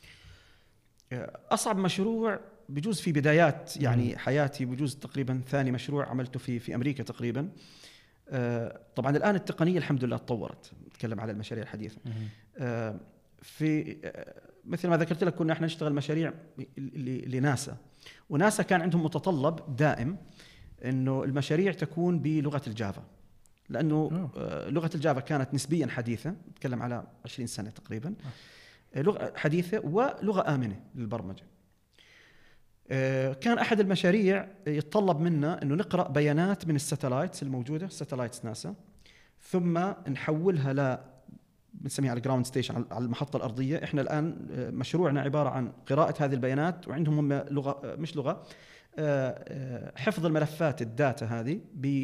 أصعب مشروع بجوز في بدايات يعني حياتي، بجوز تقريبا ثاني مشروع عملته في أمريكا تقريبا. طبعا الآن التقنية الحمد لله تطورت، نتكلم على المشاريع الحديثة. في مثل ما ذكرت لك كنا احنا نشتغل مشاريع لناسا، وناسا كان عندهم متطلب دائم انه المشاريع تكون بلغة الجافا، لانه لغة الجافا كانت نسبيا حديثة، نتكلم على 20 سنة تقريبا، لغة حديثة ولغة آمنة للبرمجة. كان أحد المشاريع يتطلب منا أنه نقرأ بيانات من الساتلايتس الموجودة، ساتلايتس ناسا، ثم نحولها بنسميها على الجراوند ستيشن، على المحطة الأرضية. إحنا الآن مشروعنا عبارة عن قراءة هذه البيانات، وعندهم هم لغة حفظ الملفات الداتا هذه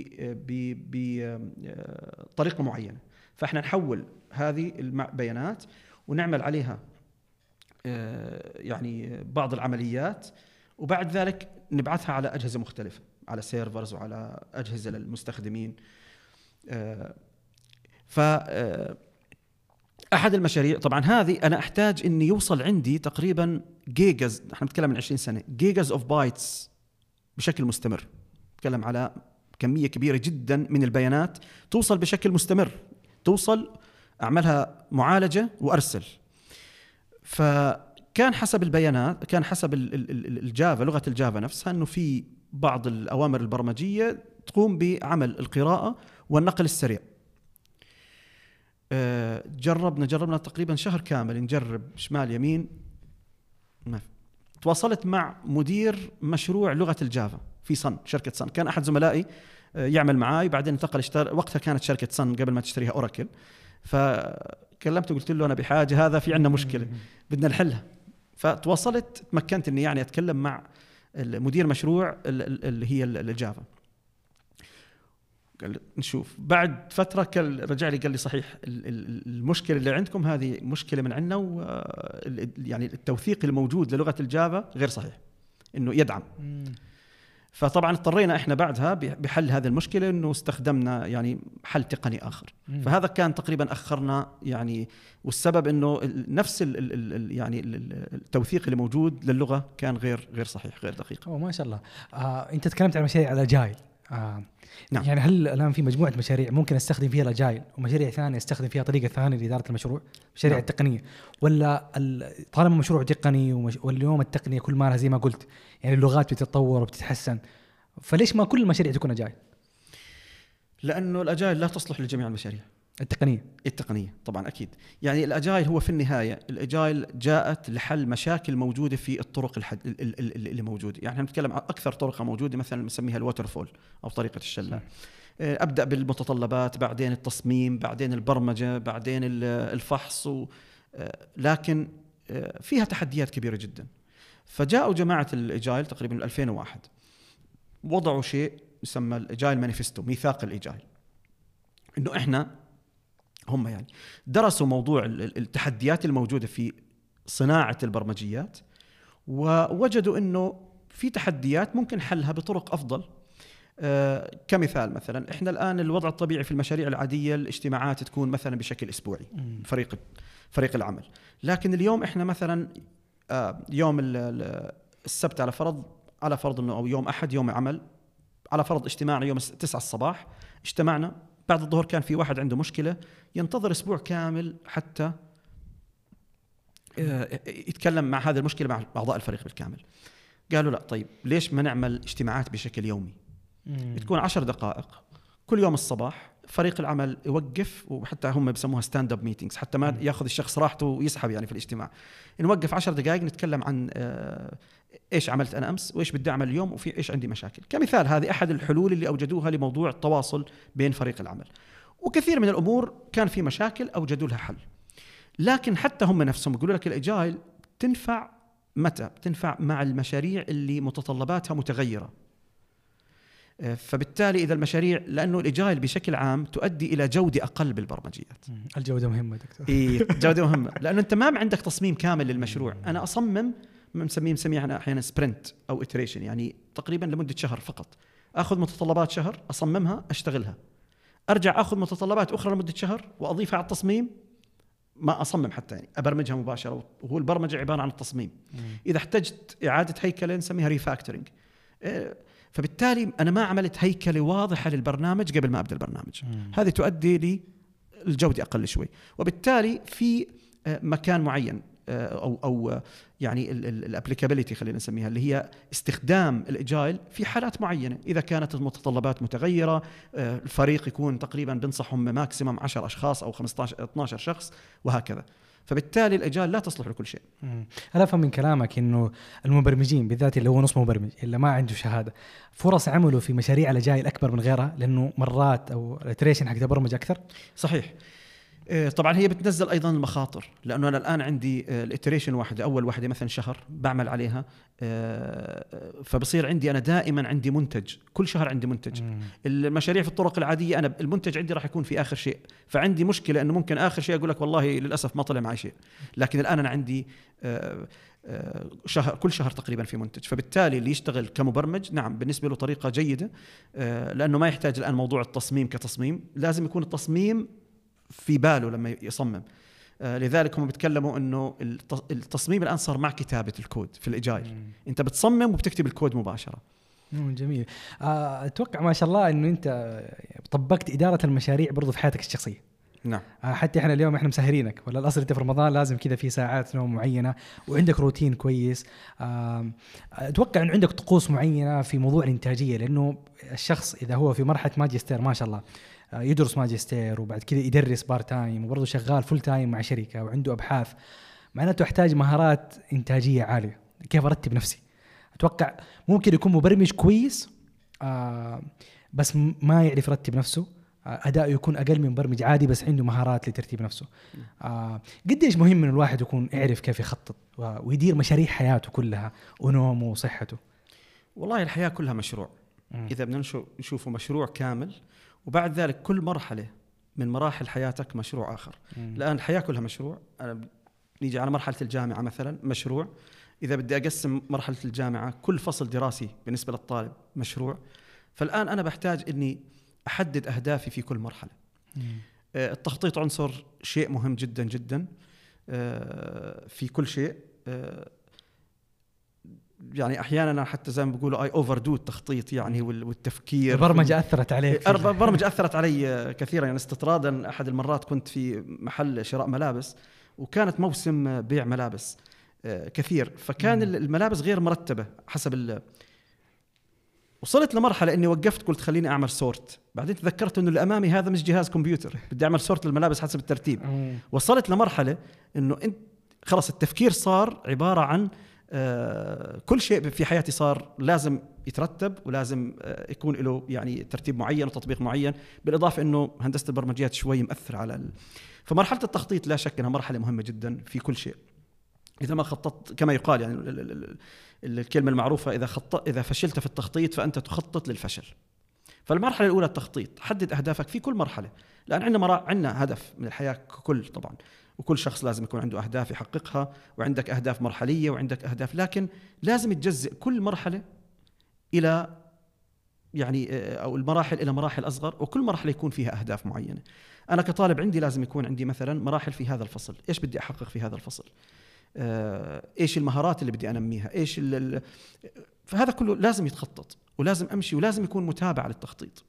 بطريقة معينة. فإحنا نحول هذه البيانات ونعمل عليها يعني بعض العمليات، وبعد ذلك نبعثها على أجهزة مختلفة، على سيرفرز وعلى أجهزة للمستخدمين. أحد المشاريع طبعا هذه أنا أحتاج إني يوصل عندي تقريبا جيجاز، نحن نتكلم من 20 سنة، جيجاز أوف بايتس بشكل مستمر. نتكلم على كمية كبيرة جدا من البيانات توصل بشكل مستمر، توصل أعملها معالجة وأرسل. فكان حسب البيانات، كان حسب الجافا، لغة الجافا نفسها، أنه في بعض الأوامر البرمجية تقوم بعمل القراءة والنقل السريع. جربنا تقريبا شهر كامل نجرب شمال يمين، ما تواصلت مع مدير مشروع لغة الجافا في صن، شركة صن، كان أحد زملائي يعمل معاي، بعدين انتقل وقتها كانت شركة صن قبل ما تشتريها أوراكل، فكلمته قلت له أنا بحاجة، هذا في عندنا مشكلة بدنا نحلها. فتواصلت، تمكنت إني يعني أتكلم مع مدير مشروع اللي هي الجافا. قال نشوف. بعد فترة رجع لي قال لي صحيح المشكلة اللي عندكم هذه مشكلة من عندنا، يعني التوثيق الموجود للغة الجافا غير صحيح إنه يدعم. فطبعا اضطرينا احنا بعدها بحل هذه المشكلة إنه استخدمنا يعني حل تقني آخر. فهذا كان تقريبا أخرنا يعني، والسبب إنه نفس يعني التوثيق اللي موجود للغة كان غير صحيح، غير دقيق. ما شاء الله. أنت تكلمت عن مشاريع الأجايل. نعم. يعني هل الآن في مجموعة مشاريع ممكن استخدم فيها الأجايل، ومشاريع ثانية استخدم فيها طريقة ثانية لإدارة المشروع، مشاريع نعم. التقنية، ولا طالما مشروع تقني واليوم التقنية كل ما زي ما قلت يعني اللغات بتتطور وبتتحسن، فليش ما كل المشاريع تكون أجايل؟ لأنه الأجايل لا تصلح لجميع المشاريع التقنية طبعا أكيد. يعني الأجايل هو في النهاية الأجايل جاءت لحل مشاكل موجودة في الطرق اللي موجودة. يعني نتكلم عن أكثر طرق موجودة، مثلا نسميها الواترفول أو طريقة الشلة. أبدأ بالمتطلبات، بعدين التصميم، بعدين البرمجة، بعدين الفحص، لكن فيها تحديات كبيرة جدا. فجاءوا جماعة الأجايل تقريبا 2001 وضعوا شيء يسمى الأجايل مانيفستو، ميثاق الأجايل، إنه إحنا هم يعني درسوا موضوع التحديات الموجودة في صناعة البرمجيات، ووجدوا إنه في تحديات ممكن حلها بطرق أفضل. كمثال مثلا إحنا الآن الوضع الطبيعي في المشاريع العادية الاجتماعات تكون مثلا بشكل أسبوعي فريق العمل، لكن اليوم إحنا مثلا يوم السبت على فرض إنه أو يوم أحد يوم عمل، على فرض اجتماعنا يوم 9 الصباح، اجتمعنا بعد الظهر كان في واحد عنده مشكلة، ينتظر أسبوع كامل حتى يتكلم مع هذه المشكلة مع أعضاء الفريق بالكامل. قالوا لا، طيب ليش ما نعمل اجتماعات بشكل يومي؟ تكون 10 دقائق كل يوم الصباح، فريق العمل يوقف، وحتى هم بيسموها ستاند اب ميتينجز، حتى ما ياخذ الشخص راحته ويسحب يعني في الاجتماع. نوقف 10 دقائق نتكلم عن ايش عملت انا امس، وايش بدي اعمل اليوم، وفي ايش عندي مشاكل. كمثال هذه احد الحلول اللي اوجدوها لموضوع التواصل بين فريق العمل. وكثير من الامور كان في مشاكل اوجدوا لها حل. لكن حتى هم نفسهم يقولوا لك الاجايل تنفع متى؟ تنفع مع المشاريع اللي متطلباتها متغيرة. فبالتالي إذا المشاريع، لأنه الإجايل بشكل عام تؤدي إلى جودة أقل بالبرمجيات. الجودة مهمة دكتور. جودة مهمة، لأنه أنت ما عندك تصميم كامل للمشروع. أنا أصمم نسميها أحيانا سبرنت أو إتريشن، يعني تقريبا لمدة شهر فقط. أخذ متطلبات شهر أصممها أشتغلها، أرجع أخذ متطلبات أخرى لمدة شهر وأضيفها على التصميم، ما أصمم حتى يعني أبرمجها مباشرة. وهو البرمجة عبارة عن التصميم. إذا احتجت إعادة هيكلة نسميها ريفاكتورينج. فبالتالي أنا ما عملت هيكلة واضحة للبرنامج قبل ما أبدأ البرنامج. هذه تؤدي للجودة أقل شوي. وبالتالي في مكان معين أو يعني الابليكابيليتي خلينا نسميها، اللي هي استخدام الإجايل في حالات معينة. إذا كانت المتطلبات متغيرة، الفريق يكون تقريبا بنصحهم ماكسيمم 10 أشخاص أو 15-12 شخص وهكذا. فبالتالي الإجايل لا تصلح لكل شيء. أنا أفهم من كلامك إنه المبرمجين بالذات اللي هو نص مبرمج اللي ما عنده شهادة، فرص عمله في مشاريع الأجايل أكبر من غيرها، لأنه مرات أو الاتريشن حق البرمجة أكثر. صحيح. طبعا هي بتنزل أيضا المخاطر، لأنه أنا الآن عندي الاتريشن واحدة، أول واحدة مثلا شهر بعمل عليها، فبصير عندي أنا دائما عندي منتج، كل شهر عندي منتج. المشاريع في الطرق العادية أنا المنتج عندي راح يكون في آخر شيء، فعندي مشكلة أنه ممكن آخر شيء أقول لك والله للأسف ما طلع معي شيء. لكن الآن أنا عندي كل شهر تقريبا في منتج. فبالتالي اللي يشتغل كمبرمج نعم بالنسبة له طريقة جيدة، لأنه ما يحتاج الآن موضوع التصميم كتصميم، لازم يكون التصميم في باله لما يصمم. لذلك هم بيتكلموا انه التصميم الان صار مع كتابه الكود في الاجايل. انت بتصمم وبتكتب الكود مباشره. جميل. اتوقع ما شاء الله انه انت طبقت اداره المشاريع برضو في حياتك الشخصيه. نعم. حتى احنا اليوم احنا مسهرينك، ولا الاصل انت في رمضان لازم كذا في ساعات نوم معينه وعندك روتين كويس. اتوقع انه عندك طقوس معينه في موضوع الانتاجيه، لانه الشخص اذا هو في مرحله ماجستير ما شاء الله يدرس ماجستير وبعد كذا يدرس بار تايم وبرضه شغال فول تايم مع شركه وعنده ابحاث، معناته احتاج مهارات انتاجيه عاليه. كيف ارتب نفسي؟ اتوقع ممكن يكون مبرمج كويس بس ما يعرف يرتب نفسه، أداؤه يكون أقل من مبرمج عادي بس عنده مهارات لترتيب نفسه. قديش مهم إن الواحد يكون يعرف كيف يخطط ويدير مشاريع حياته كلها ونومه وصحته؟ والله الحياة كلها مشروع. إذا بدنا نشوفه مشروع كامل، وبعد ذلك كل مرحلة من مراحل حياتك مشروع آخر. الآن الحياة كلها مشروع. نيجي على مرحلة الجامعة مثلا مشروع. إذا بدي أقسم مرحلة الجامعة كل فصل دراسي بالنسبة للطالب مشروع. فالآن أنا بحتاج إني أحدد أهدافي في كل مرحلة. التخطيط عنصر شيء مهم جدا جدا في كل شيء. يعني أحيانا حتى زي ما بيقولوا I overdo التخطيط يعني والتفكير. البرمجة أثرت عليك؟ البرمجة أثرت علي كثيرا. يعني استطرادا أحد المرات كنت في محل شراء ملابس وكانت موسم بيع ملابس كثير، فكان الملابس غير مرتبة حسب وصلت لمرحلة إني وقفت قلت خليني أعمل سورت. بعدين تذكرت إنه اللي أمامي هذا مش جهاز كمبيوتر، بدي أعمل سورت للملابس حسب الترتيب. وصلت لمرحلة إنه أنت خلاص التفكير صار عبارة عن كل شيء في حياتي صار لازم يترتب ولازم يكون له يعني ترتيب معين وتطبيق معين، بالإضافة إنه هندسة البرمجيات شوي مؤثرة على فمرحلة التخطيط لا شك أنها مرحلة مهمة جدا في كل شيء. إذا ما خططت كما يقال يعني الكلمة المعروفة إذا فشلت في التخطيط فأنت تخطط للفشل. فالمرحلة الأولى التخطيط، حدد أهدافك في كل مرحلة، لأن عندنا هدف من الحياة ككل طبعا، وكل شخص لازم يكون عنده أهداف يحققها، وعندك أهداف مرحلية وعندك أهداف، لكن لازم تجزئ كل مرحلة إلى يعني أو المراحل إلى مراحل أصغر، وكل مرحلة يكون فيها أهداف معينة. أنا كطالب عندي لازم يكون عندي مثلا مراحل في هذا الفصل، إيش بدي أحقق في هذا الفصل، إيش المهارات اللي بدي أنميها، إيش فهذا كله لازم يتخطط ولازم أمشي ولازم يكون متابع للتخطيط.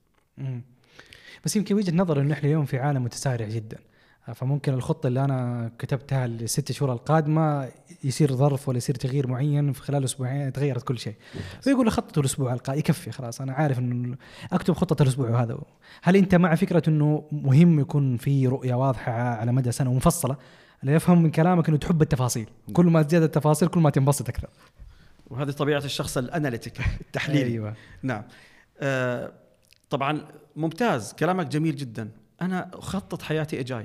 بس يمكن وجهة نظر إنه إحنا اليوم في عالم متسارع جدا، فممكن الخطة اللي أنا كتبتها ل6 شهور القادمة يصير ظرف ولا يصير تغيير معين في خلال أسبوعين تغيرت كل شيء. فيقول خطة الأسبوع القادم يكفي خلاص، أنا عارف إنه أكتب خطة الأسبوع هذا. هل أنت مع فكرة إنه مهم يكون في رؤية واضحة على مدى سنة ومفصلة؟ اللي يفهم من كلامك إنه تحب التفاصيل، كل ما تزيد التفاصيل كل ما تنبسط أكثر. وهذه طبيعة الشخص الأناليتيك التحليلي. أيوة. نعم. طبعا ممتاز كلامك جميل جدا. أنا أخطط حياتي إجايل.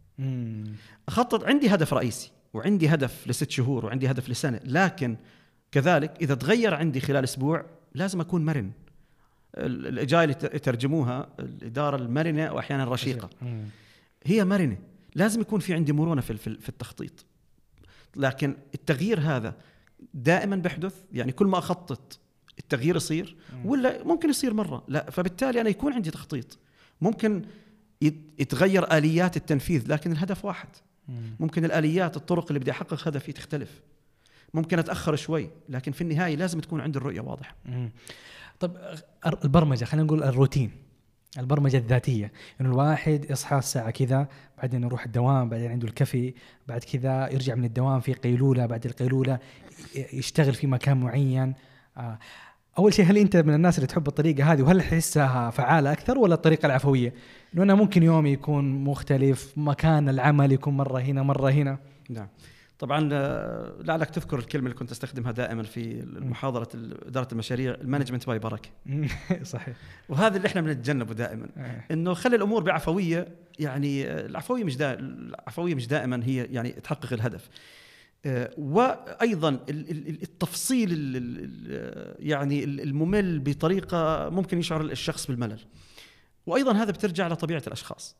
أخطط عندي هدف رئيسي وعندي هدف ل6 شهور وعندي هدف لسنة، لكن كذلك إذا تغير عندي خلال أسبوع لازم أكون مرن. الإجايل يترجموها الإدارة المرنة وأحيانا الرشيقة. هي مرنة، لازم يكون في عندي مرونة في التخطيط. لكن التغيير هذا دائما بحدث، يعني كل ما أخطط التغيير يصير ولا ممكن يصير مرة لا، فبالتالي أنا يكون عندي تخطيط. ممكن يتغير آليات التنفيذ لكن الهدف واحد. ممكن الآليات الطرق اللي بدي أحقق هدفي تختلف، ممكن أتأخر شوي، لكن في النهاية لازم تكون عندي الرؤية واضحة. طب البرمجة، خلينا نقول الروتين، البرمجة الذاتية، إنه الواحد يصحى الساعة كذا، بعدين يروح الدوام، بعدين عنده الكافي، بعد كذا يرجع من الدوام في قيلولة، بعد القيلولة يشتغل في مكان معين. أول شيء، هل أنت من الناس اللي تحب الطريقة هذه، وهل تحسها فعالة أكثر ولا الطريقة العفوية؟ إنه أنا ممكن يومي يكون مختلف، مكان العمل يكون مرة هنا مرة هنا. نعم طبعا. لعلك تذكر الكلمة اللي كنت أستخدمها دائما في محاضرة إدارة المشاريع، المانجمنت باي بركة. صحيح. وهذا اللي احنا بنتجنبه دائما، إنه خلي الأمور بعفوية. يعني العفوية مش دائما هي يعني تحقق الهدف. وأيضا التفصيل يعني الممل بطريقة ممكن يشعر الشخص بالملل. وأيضا هذا بترجع لطبيعة الأشخاص.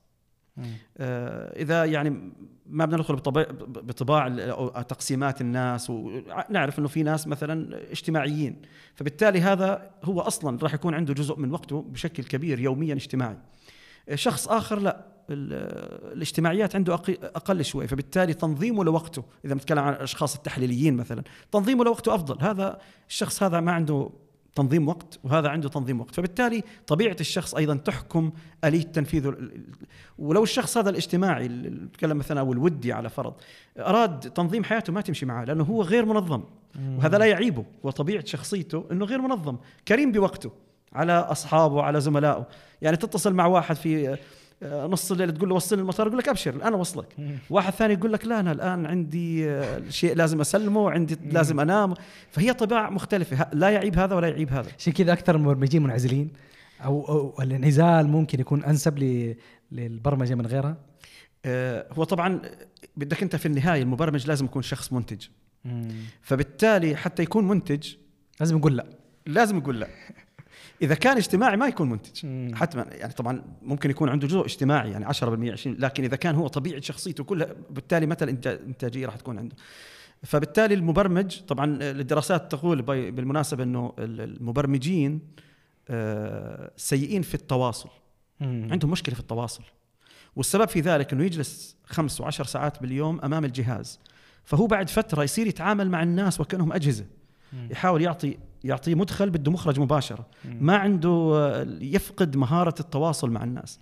إذا يعني ما بدنا ندخل بطباع أو تقسيمات الناس، ونعرف إنه في ناس مثلا اجتماعيين، فبالتالي هذا هو أصلا راح يكون عنده جزء من وقته بشكل كبير يوميا اجتماعي. شخص آخر لا، الاجتماعيات عنده أقل شوي، فبالتالي تنظيمه لوقته، إذا نتكلم عن الأشخاص التحليليين مثلا، تنظيمه لوقته أفضل. هذا الشخص هذا ما عنده تنظيم وقت وهذا عنده تنظيم وقت، فبالتالي طبيعة الشخص أيضا تحكم آلية تنفيذه. ولو الشخص هذا الاجتماعي اللي نتكلم مثلا أو الودي على فرض أراد تنظيم حياته ما تمشي معه لأنه هو غير منظم، وهذا لا يعيبه، وطبيعة شخصيته أنه غير منظم، كريم بوقته على أصحابه على زملائه. يعني تتصل مع واحد في نص الليل تقول له وصلني المطار يقول لك أبشر الآن أوصلك. واحد ثاني يقول لك لا أنا الآن عندي شيء لازم أسلمه، عندي لازم أنام. فهي طباع مختلفة، لا يعيب هذا ولا يعيب هذا. عشان كذا أكثر المبرمجين منعزلين، أو الانعزال ممكن يكون أنسب للبرمجة من غيرها. هو طبعا بدك أنت في النهاية المبرمج لازم يكون شخص منتج، فبالتالي حتى يكون منتج لازم يقول لا، لازم يقول لا. إذا كان اجتماعي ما يكون منتج حتما، يعني طبعا ممكن يكون عنده جزء اجتماعي يعني 10% 20%، لكن إذا كان هو طبيعة شخصيته كلها بالتالي متى الإنتاجية راح تكون عنده. فبالتالي المبرمج طبعا الدراسات تقول بالمناسبة أنه المبرمجين سيئين في التواصل، عندهم مشكلة في التواصل، والسبب في ذلك أنه يجلس 5 و10 ساعات باليوم أمام الجهاز، فهو بعد فترة يصير يتعامل مع الناس وكأنهم أجهزة، يحاول يعطي مدخل بده مخرج مباشرة، ما عنده، يفقد مهارة التواصل مع الناس.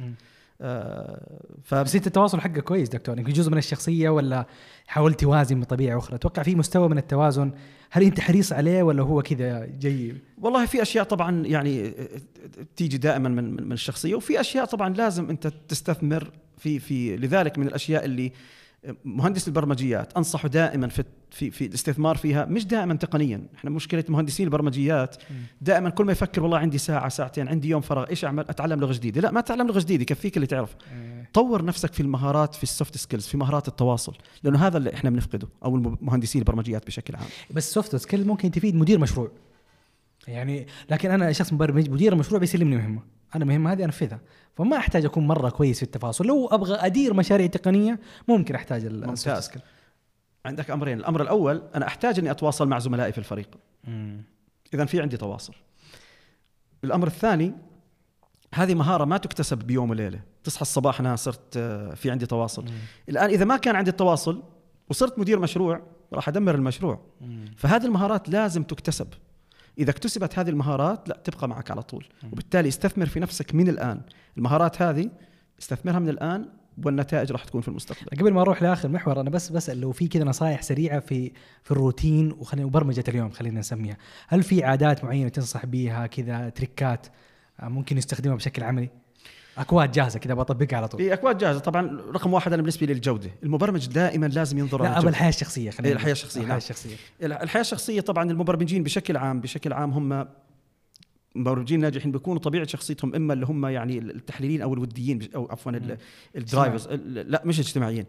بس انت التواصل حقه كويس دكتور، انك جزء من الشخصية ولا حاولت توازن بطبيعة أخرى؟ أتوقع في مستوى من التوازن، هل انت حريص عليه ولا هو كذا جاي؟ والله في أشياء طبعا يعني تيجي دائما من الشخصية، وفي أشياء طبعا لازم انت تستثمر في لذلك من الأشياء اللي مهندس البرمجيات أنصحه دائما في الاستثمار فيها، مش دائما تقنيا. احنا مشكلة مهندسين البرمجيات دائما كل ما يفكر والله عندي ساعة ساعتين عندي يوم فراغ ايش اعمل؟ اتعلم لغة جديدة. لا، ما تعلم لغة جديدة، يكفيك اللي تعرف. طور نفسك في المهارات، في السوفت سكيلز، في مهارات التواصل، لانه هذا اللي احنا بنفقده، او المهندسين البرمجيات بشكل عام. بس سوفت سكيل ممكن تفيد مدير مشروع يعني، لكن انا شخص مبرمج مدير المشروع بيسلمني مهمة، انا مهمة هذه انفذها، فما احتاج اكون مرة كويس في التفاصيل. لو ابغى ادير مشاريع تقنية ممكن احتاج السوفت سكيل. عندك امرين، الامر الاول انا احتاج اني اتواصل مع زملائي في الفريق، اذا في عندي تواصل. الامر الثاني، هذه مهارة ما تكتسب بيوم وليلة، تصحى الصباح أنا صرت في عندي تواصل. الآن إذا ما كان عندي التواصل وصرت مدير مشروع راح أدمر المشروع. فهذه المهارات لازم تكتسب، إذا اكتسبت هذه المهارات لا تبقى معك على طول. وبالتالي استثمر في نفسك من الآن، المهارات هذه استثمرها من الآن والنتائج راح تكون في المستقبل. قبل ما أروح لآخر محور، أنا بس بسأل لو في كذا نصائح سريعة في الروتين وبرمجة اليوم خلينا نسميها، هل في عادات معينة تنصح بيها كذا، تريكات ممكن يستخدمها بشكل عملي؟ أكواد جاهزة كذا بطبقها على طول؟ في أكواد جاهزة طبعا. رقم واحد أنا بالنسبة لي الجودة، المبرمج دائما لازم ينظر لا أبى الحياة الشخصية، خلينا الحياة الشخصية. الحياة الشخصية طبعا المبرمجين بشكل عام هم مبرمجين ناجحين بيكونوا طبيعة شخصيتهم إما اللي هم يعني التحليلين أو الوديين أو عفوا الدرايفرز، لا مش الاجتماعيين،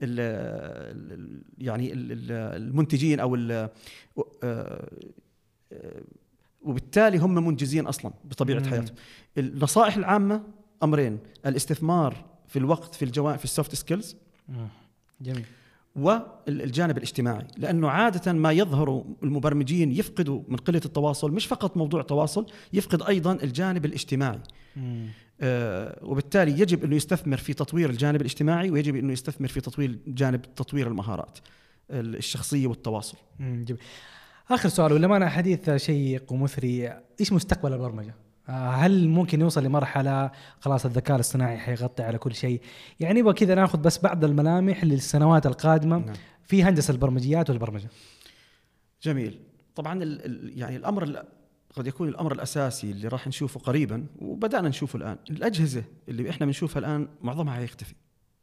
يعني المنتجين أو وبالتالي هم منجزين أصلا بطبيعة حياتهم. النصائح العامة أمرين، الاستثمار في الوقت في السوفت سكيلز، جميل، والجانب الاجتماعي، لأنه عادة ما يظهر المبرمجين يفقدوا من قلة التواصل، مش فقط موضوع تواصل، يفقد أيضا الجانب الاجتماعي. وبالتالي يجب أنه يستثمر في تطوير الجانب الاجتماعي، ويجب أنه يستثمر في تطوير المهارات الشخصية والتواصل. جميل. آخر سؤال، ولما أنا حديث شيق ومثري، إيش مستقبل البرمجة؟ هل ممكن نوصل لمرحلة خلاص الذكاء الاصطناعي حيغطي على كل شيء؟ يعني وكذا ناخذ بس بعض الملامح للسنوات القادمة في هندسة البرمجيات والبرمجة. جميل. طبعا يعني الأمر قد يكون الأمر الأساسي اللي راح نشوفه قريبا وبدأنا نشوفه الآن، الأجهزة اللي إحنا بنشوفها الآن معظمها هيختفي.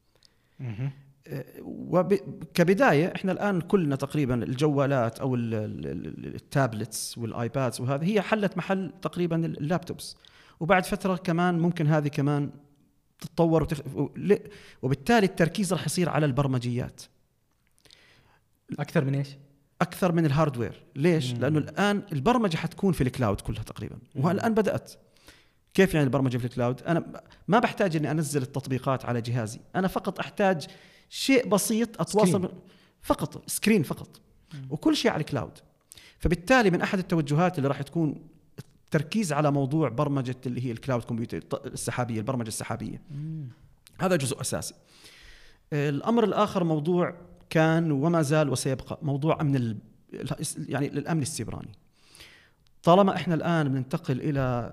وكبداية إحنا الآن كلنا تقريبا الجوالات أو التابلتس والآيبادز وهذه هي حلت محل تقريبا اللابتوبس، وبعد فترة كمان ممكن هذه كمان تتطور وبالتالي التركيز راح يصير على البرمجيات أكثر من إيش؟ أكثر من الهاردوير. ليش؟ لأنه الآن البرمجة حتكون في الكلاود كلها تقريبا، والآن بدأت. كيف يعني البرمجة في الكلاود؟ أنا ما بحتاج أني أنزل التطبيقات على جهازي، أنا فقط أحتاج شيء بسيط أتواصل فقط، سكرين فقط، وكل شيء على الكلاود. فبالتالي من أحد التوجهات اللي راح تكون التركيز على موضوع برمجة اللي هي الكلاود كمبيوتر السحابية، البرمجة السحابية. هذا جزء أساسي. الأمر الآخر موضوع كان وما زال وسيبقى موضوع يعني الأمن السيبراني. طالما احنا الان بننتقل الى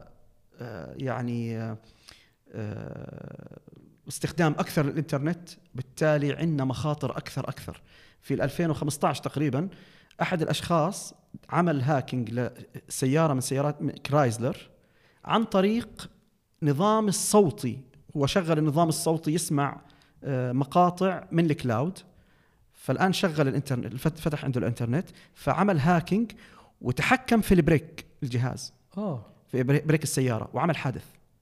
استخدام اكثر للانترنت، بالتالي عندنا مخاطر اكثر. في 2015 تقريبا احد الاشخاص عمل هاكينج لسياره من سيارات كرايزلر عن طريق نظام الصوتي. هو شغل النظام الصوتي يسمع مقاطع من الكلاود، فالآن شغل الانترنت، فتح عنده الانترنت، فعمل هاكينج وتحكم في البريك الجهاز في بريك السيارة وعمل حادث.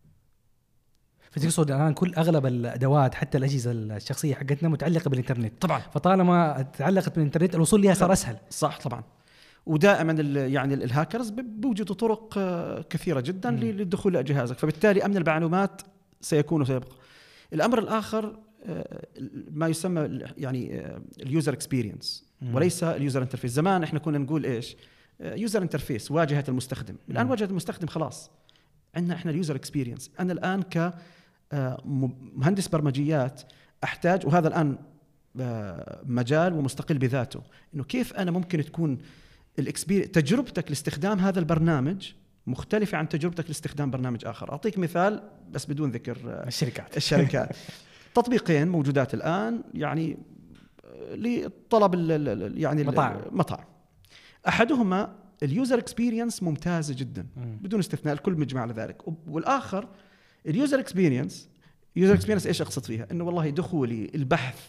فتقصد الآن كل أغلب الأدوات حتى الأجهزة الشخصية حقتنا متعلقة بالإنترنت طبعا، فطالما تعلقت بالإنترنت الوصول لها صار أسهل. صح طبعا. ودائما يعني الهاكرز بيوجدوا طرق كثيرة جدا للدخول لجهازك، فبالتالي أمن المعلومات سيبقى. الأمر الآخر ما يسمى يعني اليوزر اكسبيرينس وليس اليوزر انترفيس. زمان احنا كنا نقول ايش؟ يوزر انترفيس، واجهة المستخدم. الآن واجهة المستخدم خلاص، عندنا احنا اليوزر اكسبيرينس. أنا الآن كمهندس برمجيات أحتاج، وهذا الآن مجال ومستقل بذاته، إنه كيف أنا ممكن تكون تجربتك لاستخدام هذا البرنامج مختلفة عن تجربتك لاستخدام برنامج آخر. أعطيك مثال بس بدون ذكر الشركات. تطبيقين موجودات الآن يعني لطلب يعني مطاعم. أحدهما اليوزر اكسبيرينس ممتازة جدا بدون استثناء، الكل مجمع على ذلك. والآخر اليوزر اكسبيرينس. يوزر اكسبيرينس ايش اقصد فيها؟ انه والله دخولي، البحث،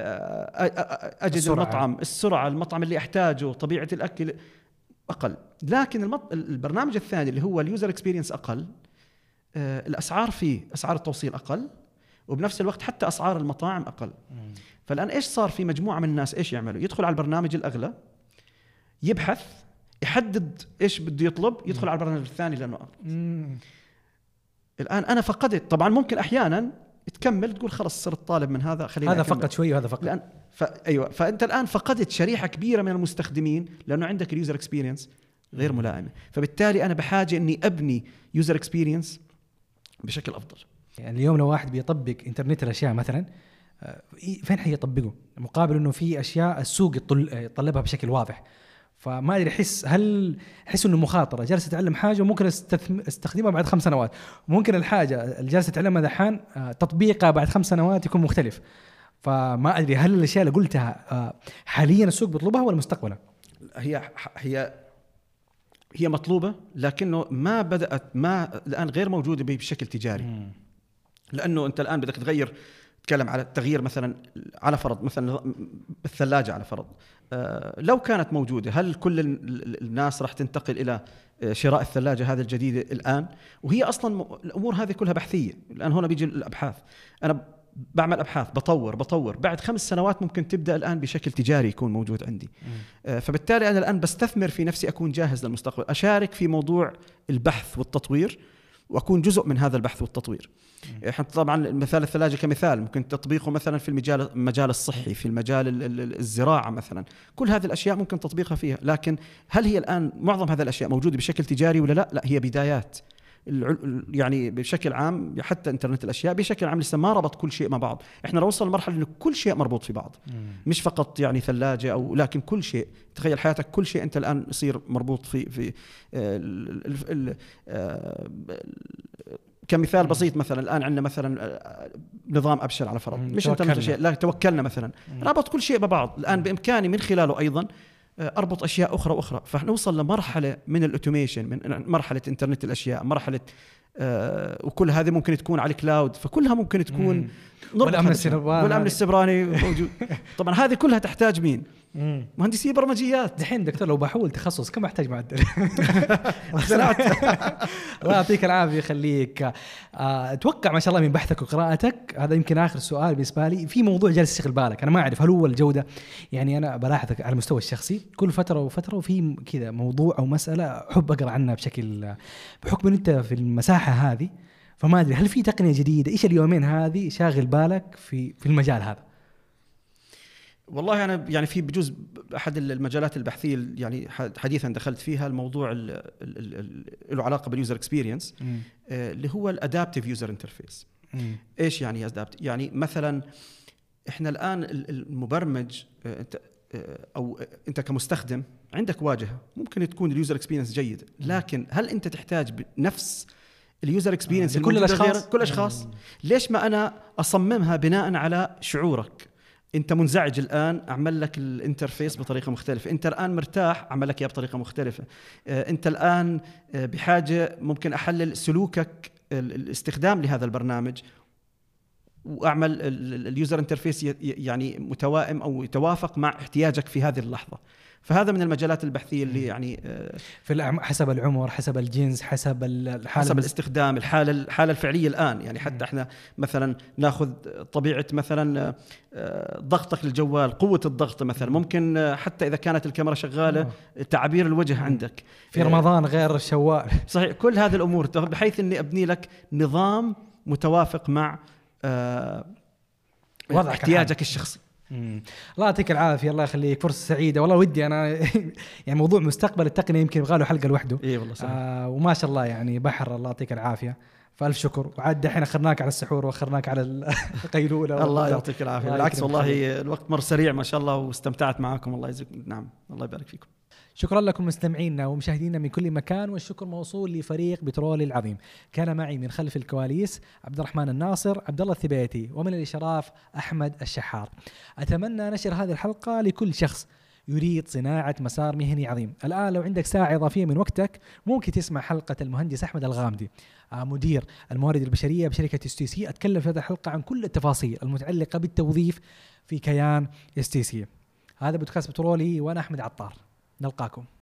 اجد المطعم، السرعه، المطعم اللي احتاجه، طبيعه الاكل اقل. لكن البرنامج الثاني اللي هو اليوزر اكسبيرينس اقل، الاسعار فيه، اسعار التوصيل اقل، وبنفس الوقت حتى اسعار المطاعم اقل. فالان ايش صار؟ في مجموعه من الناس ايش يعملوا؟ يدخل على البرنامج الاغلى، يبحث، يحدد ايش بده يطلب، يدخل على البرنامج الثاني لانه اقل. الآن أنا فقدت، طبعا ممكن أحيانا تكمل تقول خلص صرت طالب من هذا، خلينا هذا فقد شوي وهذا فقد. أيوة، فأنت الآن فقدت شريحة كبيرة من المستخدمين لأنه عندك اليوزر اكسبيرينس غير ملائمة. فبالتالي أنا بحاجة إني أبني يوزر اكسبيرينس بشكل أفضل. يعني اليوم لو واحد بيطبق إنترنت الأشياء مثلا، فين حيطبقه؟ مقابل إنه في أشياء السوق يطلبها بشكل واضح. فما أدري، أحس إنه مخاطرة. جالس أتعلم حاجة وممكن استخدمها بعد 5 سنوات، وممكن الحاجة اللي جالس أتعلمها دحين تطبيقها بعد 5 سنوات يكون مختلف. فما أدري هل الأشياء اللي قلتها حاليا السوق بيطلبها ولا مستقبلا؟ هي مطلوبة، لكنه ما الآن غير موجودة بشكل تجاري. لأنه أنت الآن بدك تتكلم على التغيير مثلا، على فرض مثلا الثلاجة على فرض، لو كانت موجودة هل كل الناس راح تنتقل إلى شراء الثلاجة هذه الجديدة الآن؟ وهي أصلا الأمور هذه كلها بحثية. الآن هنا بيجي الأبحاث، أنا بعمل أبحاث، بطور بعد 5 سنوات ممكن تبدأ الآن بشكل تجاري يكون موجود عندي. فبالتالي أنا الآن بستثمر في نفسي، أكون جاهز للمستقبل، أشارك في موضوع البحث والتطوير وأكون جزء من هذا البحث والتطوير. إحنا طبعا مثال الثلاجة كمثال ممكن تطبيقه مثلا في المجال الصحي، في المجال الزراعة مثلا، كل هذه الأشياء ممكن تطبيقها فيها. لكن هل هي الآن معظم هذه الأشياء موجودة بشكل تجاري ولا لا؟ لا، هي بدايات. يعني بشكل عام حتى انترنت الأشياء بشكل عام لسه ما ربط كل شيء مع بعض. احنا نوصل لمرحلة انه كل شيء مربوط في بعض، مش فقط يعني ثلاجة او، لكن كل شيء. تخيل حياتك كل شيء انت الآن يصير مربوط في كمثال بسيط مثلا الآن عندنا مثلا نظام أبشر على فرض، مش انترنت الأشياء، لا توكلنا مثلا، ربط كل شيء ببعض. الآن بإمكاني من خلاله أيضا أربط أشياء أخرى. فنوصل لمرحلة من الأوتوميشن، من مرحلة إنترنت الأشياء، مرحلة وكل هذه ممكن تكون على الكلاود، فكلها ممكن تكون والأمن السيبراني موجود. طبعا هذه كلها تحتاج مين؟ مهندسي برمجيات. دحين دكتور لو بحول تخصص كم أحتاج معدل؟ الله يعطيك العافية يخليك. أتوقع ما شاء الله من بحثك وقراءتك، هذا يمكن آخر سؤال بالنسبة لي، في موضوع جالس يشغل بالك، أنا ما أعرف هل هو الجودة. يعني أنا بلاحظك على المستوى الشخصي كل فترة وفترة وفي كذا موضوع أو مسألة أحب أقرأ عنها بحكم أن أنت في المساحة هذه. فما أدري هل في تقنية جديدة، إيش اليومين هذه شاغل بالك في المجال هذا؟ والله أنا يعني في بجوز أحد المجالات البحثية يعني حديثا دخلت فيها الموضوع له علاقة باليوزر اكسبيرينس، اللي هو الادابتيف يوزر انترفيس. إيش يعني ادابتيف؟ يعني مثلا إحنا الآن المبرمج او انت كمستخدم عندك واجهه ممكن تكون اليوزر اكسبيرينس جيد، لكن هل انت تحتاج نفس اليوزر اكسبيرينس لكل الاشخاص؟ كل الاشخاص. ليش ما انا اصممها بناء على شعورك؟ انت منزعج الان، اعمل لك الانترفيس بطريقه مختلفه. انت الان مرتاح، اعمل لك اياه بطريقه مختلفه. انت الان بحاجه، ممكن احلل سلوكك الاستخدام لهذا البرنامج واعمل اليوزر انترفيس يعني متوائم او يتوافق مع احتياجك في هذه اللحظه. فهذا من المجالات البحثيه اللي يعني في حسب العمر، حسب الجنس، حسب الحاله، حسب الاستخدام، الحاله الفعليه الان. يعني حتى احنا مثلا ناخذ طبيعه مثلا ضغطك للجوال، قوه الضغط مثلا، ممكن حتى اذا كانت الكاميرا شغاله تعابير الوجه عندك في رمضان غير الشوال. صحيح، كل هذه الامور بحيث اني ابني لك نظام متوافق مع احتياجك الشخصي. الله يعطيك العافيه، الله يخليك، فرصه سعيده والله. ودي انا يعني موضوع مستقبل التقنيه يمكن يبغى له حلقه لوحده. اي والله صحيح. وما شاء الله يعني بحر. الله يعطيك العافيه، فالف شكر. وعاد الحين اخرناك على السحور واخرناك على القيلوله. الله يعطيك العافيه، بالعكس والله الوقت مر سريع ما شاء الله، واستمتعت معاكم. الله يجزيكم. نعم، الله يبارك فيكم. شكرا لكم مستمعينا ومشاهدينا من كل مكان، والشكر موصول لفريق بترولي العظيم. كان معي من خلف الكواليس عبد الرحمن الناصر، عبد الله الثبيتي، ومن الإشراف أحمد الشحار. أتمنى نشر هذه الحلقة لكل شخص يريد صناعة مسار مهني عظيم. الآن لو عندك ساعة إضافية من وقتك ممكن تسمع حلقة المهندس أحمد الغامدي، مدير الموارد البشرية بشركة STC. أتكلم في هذه الحلقة عن كل التفاصيل المتعلقة بالتوظيف في كيان STC. هذا بودكاست بترولي وأنا أحمد عطار، نلقاكم.